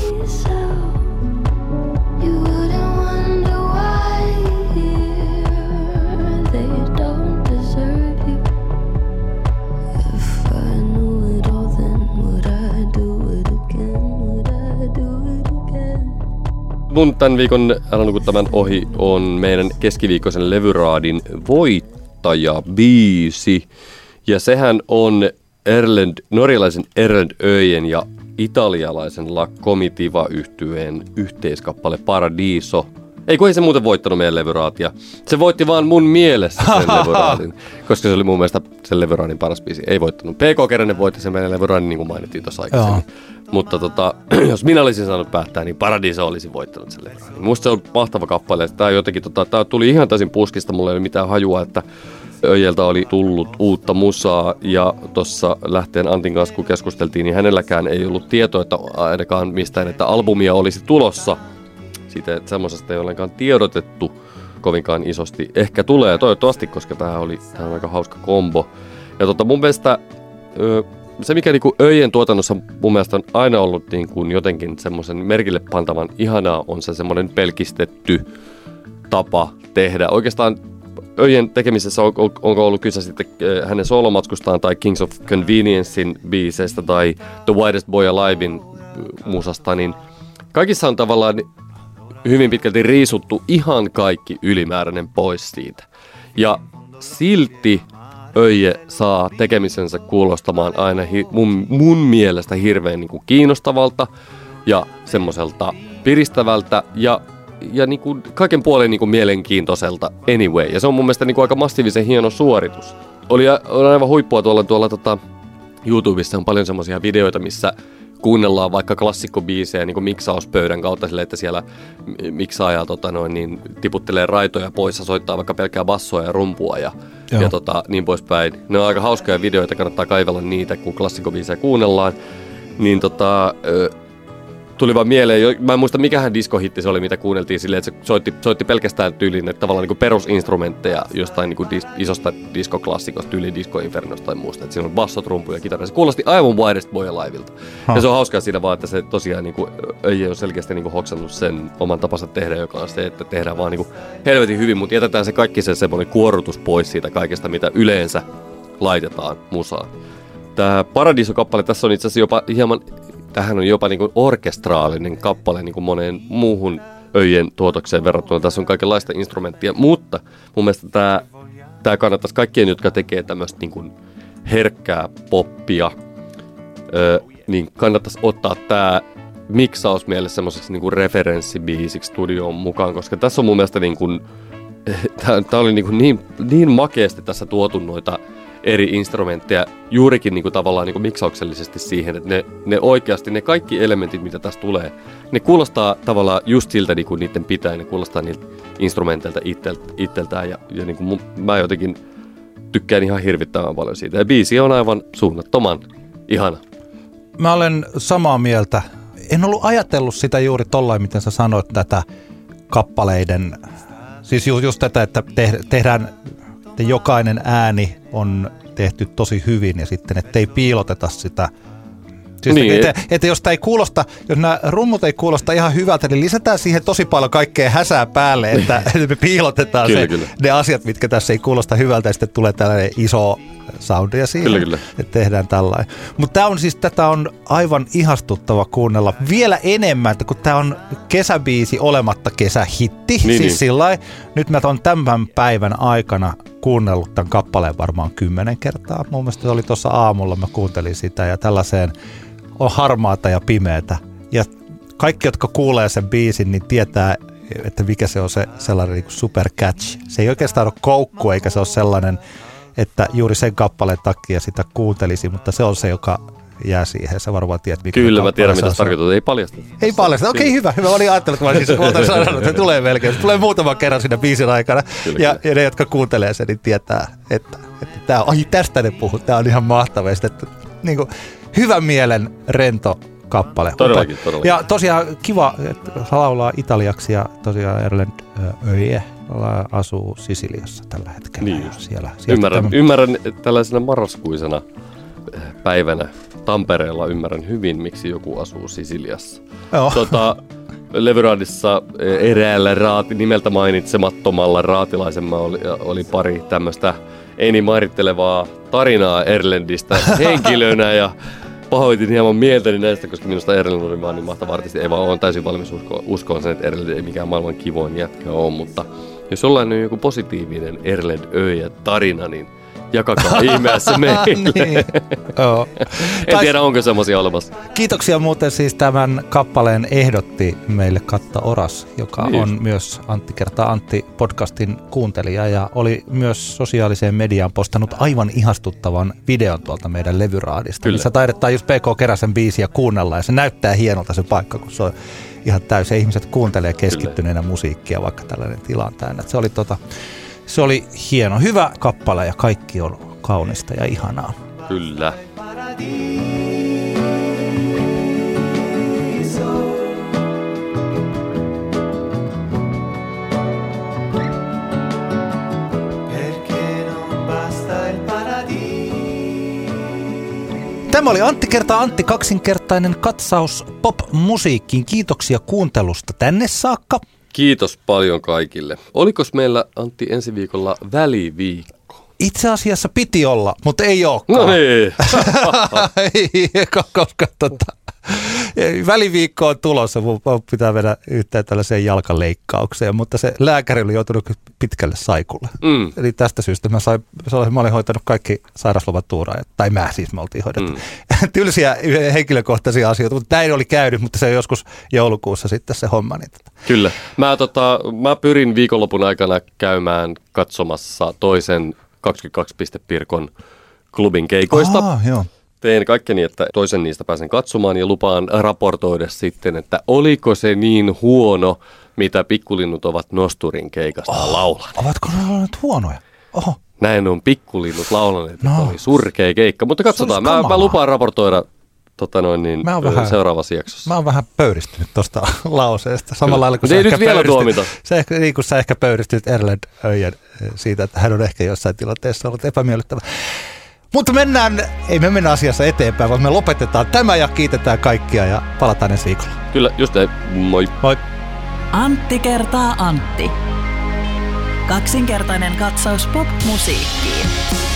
Mun tämän viikon älä nuku tämän ohi on meidän keskiviikkoisen levyraadin voittajabiisi. Ja sehän on Erlend, norjalaisen Erlend Öjen ja italialaisen La Comitiva-yhtyeen yhteiskappale Paradiso. Ei kun ei se muuten voittanut meidän levyraatia. Se voitti vaan mun mielessä sen levyraadin, koska se oli mun mielestä sen levyraadin paras biisi. Ei voittanut. P K Keränen voitti sen meidän levyraadin, niin kuin mainittiin tuossa aikaisemmin. Mutta tota, jos minä olisin saanut päättää, niin Paradiso olisi voittanut sen levyraadin. Musta se on mahtava kappale. Tämä, jotenkin, tota, tämä tuli ihan täysin puskista. Mulla ei ole mitään hajua, että Öjeltä oli tullut uutta musaa. Ja tuossa lähteen Antin kanssa, kun keskusteltiin, niin hänelläkään ei ollut tietoa, että ainakaan mistään, että albumia olisi tulossa. Siitä, että semmoisesta ei ollenkaan tiedotettu kovinkaan isosti. Ehkä tulee toivottavasti, koska tämä oli tämä on aika hauska kombo. Ja tota, mun mielestä se, mikä niinku Öjen tuotannossa mun mielestä on aina ollut niinku jotenkin semmoisen merkille pantavan ihanaa, on se semmoinen pelkistetty tapa tehdä. Oikeastaan Öjen tekemisessä on, onko ollut kyse sitten hänen solomatskustaan tai Kings of Conveniencein biiseistä tai The Whitest Boy Alivein musasta, niin kaikissa on tavallaan hyvin pitkälti riisuttu ihan kaikki ylimääräinen pois siitä. Ja silti Öje saa tekemisensä kuulostamaan aina hi- mun, mun mielestä hirveän niin kuin kiinnostavalta ja semmoiselta piristävältä ja, ja niin kuin kaiken puolen niin kuin mielenkiintoiselta anyway. Ja se on mun mielestä niin kuin aika massiivisen hieno suoritus. Oli, oli aivan huippua tuolla, tuolla tota, YouTubessa on paljon semmoisia videoita, missä kuunnellaan vaikka klassikkobiisejä niin kuin miksauspöydän kautta silleen, että siellä miksaaja tota noin, niin tiputtelee raitoja pois ja soittaa vaikka pelkkää bassoa ja rumpua ja, ja tota, niin poispäin. Ne on aika hauskoja videoita, kannattaa kaivella niitä, kun klassikkobiisejä kuunnellaan. Niin tota, tuli vaan mieleen, mä en muista mikähän diskohitti se oli, mitä kuunneltiin silleen, että se soitti, soitti pelkästään tyylin, että tavallaan niin kuin perusinstrumentteja jostain niin kuin dis, isosta diskoklassikosta, tyyliin Disco Infernosta tai muusta. Että siinä on bassot, rumpu ja kitara. Se kuulosti aivan Widest Boy Aliveilta. Ha. Ja se on hauskaa siinä vaan, että se tosiaan niin kuin, ei ole selkeästi niin kuin hoksannut sen oman tapansa tehdä, joka on se, että tehdään vaan niin kuin helvetin hyvin, mutta jätetään se kaikki se semmoinen kuorrutus pois siitä kaikesta, mitä yleensä laitetaan musaa. Tämä Paradiso-kappale, tässä on itse asiassa jopa hieman, tämähän on jopa niin kuin orkestraalinen kappale niin kuin moneen muuhun öjen tuotokseen verrattuna. Tässä on kaikenlaista instrumenttia, mutta mun mielestä tämä, tämä kannattaisi kaikkien, jotka tekee tämmöistä niin kuin herkkää poppia, ö, niin kannattaisi ottaa tämä miksaus mielessä semmoiseksi niin kuin referenssibiisiksi studioon mukaan, koska tässä on mun mielestä niin kuin, tämä oli niin, kuin niin, niin makeasti tässä tuotu noita eri instrumentteja juurikin niin kuin tavallaan niin kuin miksauksellisesti siihen, että ne, ne oikeasti, ne kaikki elementit, mitä tässä tulee, ne kuulostaa tavallaan just siltä, niin kuin niiden pitää, ne kuulostaa niiltä instrumenteilta itseltään ja, ja niin kuin mun, mä jotenkin tykkään ihan hirvittävän paljon siitä. Ja biisi on aivan suunnattoman ihana. Mä olen samaa mieltä. En ollut ajatellut sitä juuri tollain, miten sä sanoit tätä kappaleiden, siis ju, just tätä, että te, tehdään, että jokainen ääni on tehty tosi hyvin ja sitten, ettei piiloteta sitä. Siis niin. että, että jos tämä ei kuulosta, jos nämä rummut ei kuulosta ihan hyvältä, niin lisätään siihen tosi paljon kaikkea häsää päälle, että me piilotetaan kyllä, se, kyllä. ne asiat, mitkä tässä ei kuulosta hyvältä, ja sitten tulee tällainen iso soundia siihen, kyllä, kyllä. että tehdään tällainen. Mutta tämä on siis, tätä on aivan ihastuttava kuunnella vielä enemmän, että kun tämä on kesäbiisi olematta kesähitti, niin, siis niin. Sillain, nyt mä oon tämän päivän aikana kuunnellut tämän kappaleen varmaan kymmenen kertaa. Mun mielestä se oli tuossa aamulla, mä kuuntelin sitä ja tällaiseen on harmaata ja pimeätä. Ja kaikki, jotka kuulee sen biisin, niin tietää, että mikä se on se sellainen niin kuin super catch. Se ei oikeastaan ole koukku, eikä se ole sellainen, että juuri sen kappaleen takia sitä kuuntelisi, mutta se on se, joka jää siihen. Sä varmaan tiedät, mikä kyllä, mä tiedän, mitä se tarkoittaa. Ei paljasta. Ei paljasta. Okei, okay, hyvä. Hyvä. Mä olin ajatellut, että mä siis kuultaan sanonut, että se tulee melkein. Se tulee muutaman kerran siinä biisin aikana. Kyllä, ja, kyllä. ja ne, jotka kuuntelee sen, niin tietää, että, että tää, ai, tästä ne puhuu. Tämä on ihan mahtavaa. Että, niin kuin, hyvän mielen rento kappale. Todellakin, todellakin. Ja tosiaan kiva, että laulaa italiaksi ja tosiaan Erlend Öje asuu Sisiliassa tällä hetkellä. Niin siellä, ymmärrän, tämän... ymmärrän tällaisena marraskuisena päivänä Tampereella ymmärrän hyvin, miksi joku asuu Sisiliassa. Tota, Levyraadissa eräällä raati, nimeltä mainitsemattomalla raatilaisella oli, oli pari tämmöistä ei mairittelevaa tarinaa Erlendistä henkilönä ja pahoitin hieman mieltäni näistä, koska minusta Erlend oli vaan niin mahtava artisti. Ei vaan ole täysin valmis uskoon, uskoon sen, että Erlend ei mikään maailman kivoin jätkä ole, mutta jos jollain on joku positiivinen Erlend Öje tarina, niin jakakaa ihmeessä meille. niin. oh. En Tais... tiedä, onko semmoisia olemassa. Kiitoksia muuten siis tämän kappaleen ehdotti meille Katta Oras, joka niin. on myös Antti kertaa Antti podcastin kuuntelija ja oli myös sosiaaliseen mediaan postannut aivan ihastuttavan videon tuolta meidän levyraadista. Kyllä. Missä taidettaan just P K Keräsen biisiä kuunnella ja se näyttää hienolta se paikka, kun se on ihan täysin. Ihmiset kuuntelee keskittyneenä Kyllä. musiikkia, vaikka tällainen tila täynnä. Se oli tota... Se oli hieno, hyvä kappale ja kaikki on kaunista ja ihanaa. Kyllä. Tämä oli Antti kertaa Antti, kaksinkertainen katsaus pop-musiikkiin. Kiitoksia kuuntelusta tänne saakka. Kiitos paljon kaikille. Olikos meillä, Antti, ensi viikolla väliviikko? Itse asiassa piti olla, mutta ei olekaan. No niin. ei, koska tota, väliviikko on tulossa. Mun pitää mennä yhteen tällaiseen jalkaleikkaukseen, mutta se lääkäri oli joutunut pitkälle saikulle. Mm. Eli tästä syystä mä, sain, mä olin hoitanut kaikki sairaslomatuuraajat, tai mä siis me oltiin hoidettu. Mm. Tylsiä henkilökohtaisia asioita, mutta näin oli käynyt, mutta se on joskus joulukuussa sitten se homma. Niin tota. Kyllä. Mä, tota, mä pyrin viikonlopun aikana käymään katsomassa toisen kaksikymmentäkaksi piste Pirkon klubin keikoista. Aha, joo. Teen kaikkeni, että toisen niistä pääsen katsomaan ja lupaan raportoida sitten, että oliko se niin huono, mitä Pikkulinnut ovat Nosturin keikasta oh, laulaneet. Ovatko ne laulaneet huonoja? Oho. Näin on Pikkulinnut laulaneet, no. että oli surkea keikka. Mutta katsotaan, mä, mä lupaan raportoida tota noin, niin, vähän, seuraavassa jaksossa. Mä oon vähän pöyristynyt tuosta lauseesta. Samalla lailla kuin ei nyt vielä tuomita. Se, niin kuin sä ehkä pöyristynyt Erlend Öjen siitä, että hän on ehkä jossain tilanteessa ollut epämiellyttävä. Mutta mennään, ei me mennä asiassa eteenpäin, vaan me lopetetaan tämä ja kiitetään kaikkia ja palataan ensi viikolla. Kyllä, just näin. Moi. Moi. Antti kertaa Antti. Kaksinkertainen katsaus pop-musiikkiin.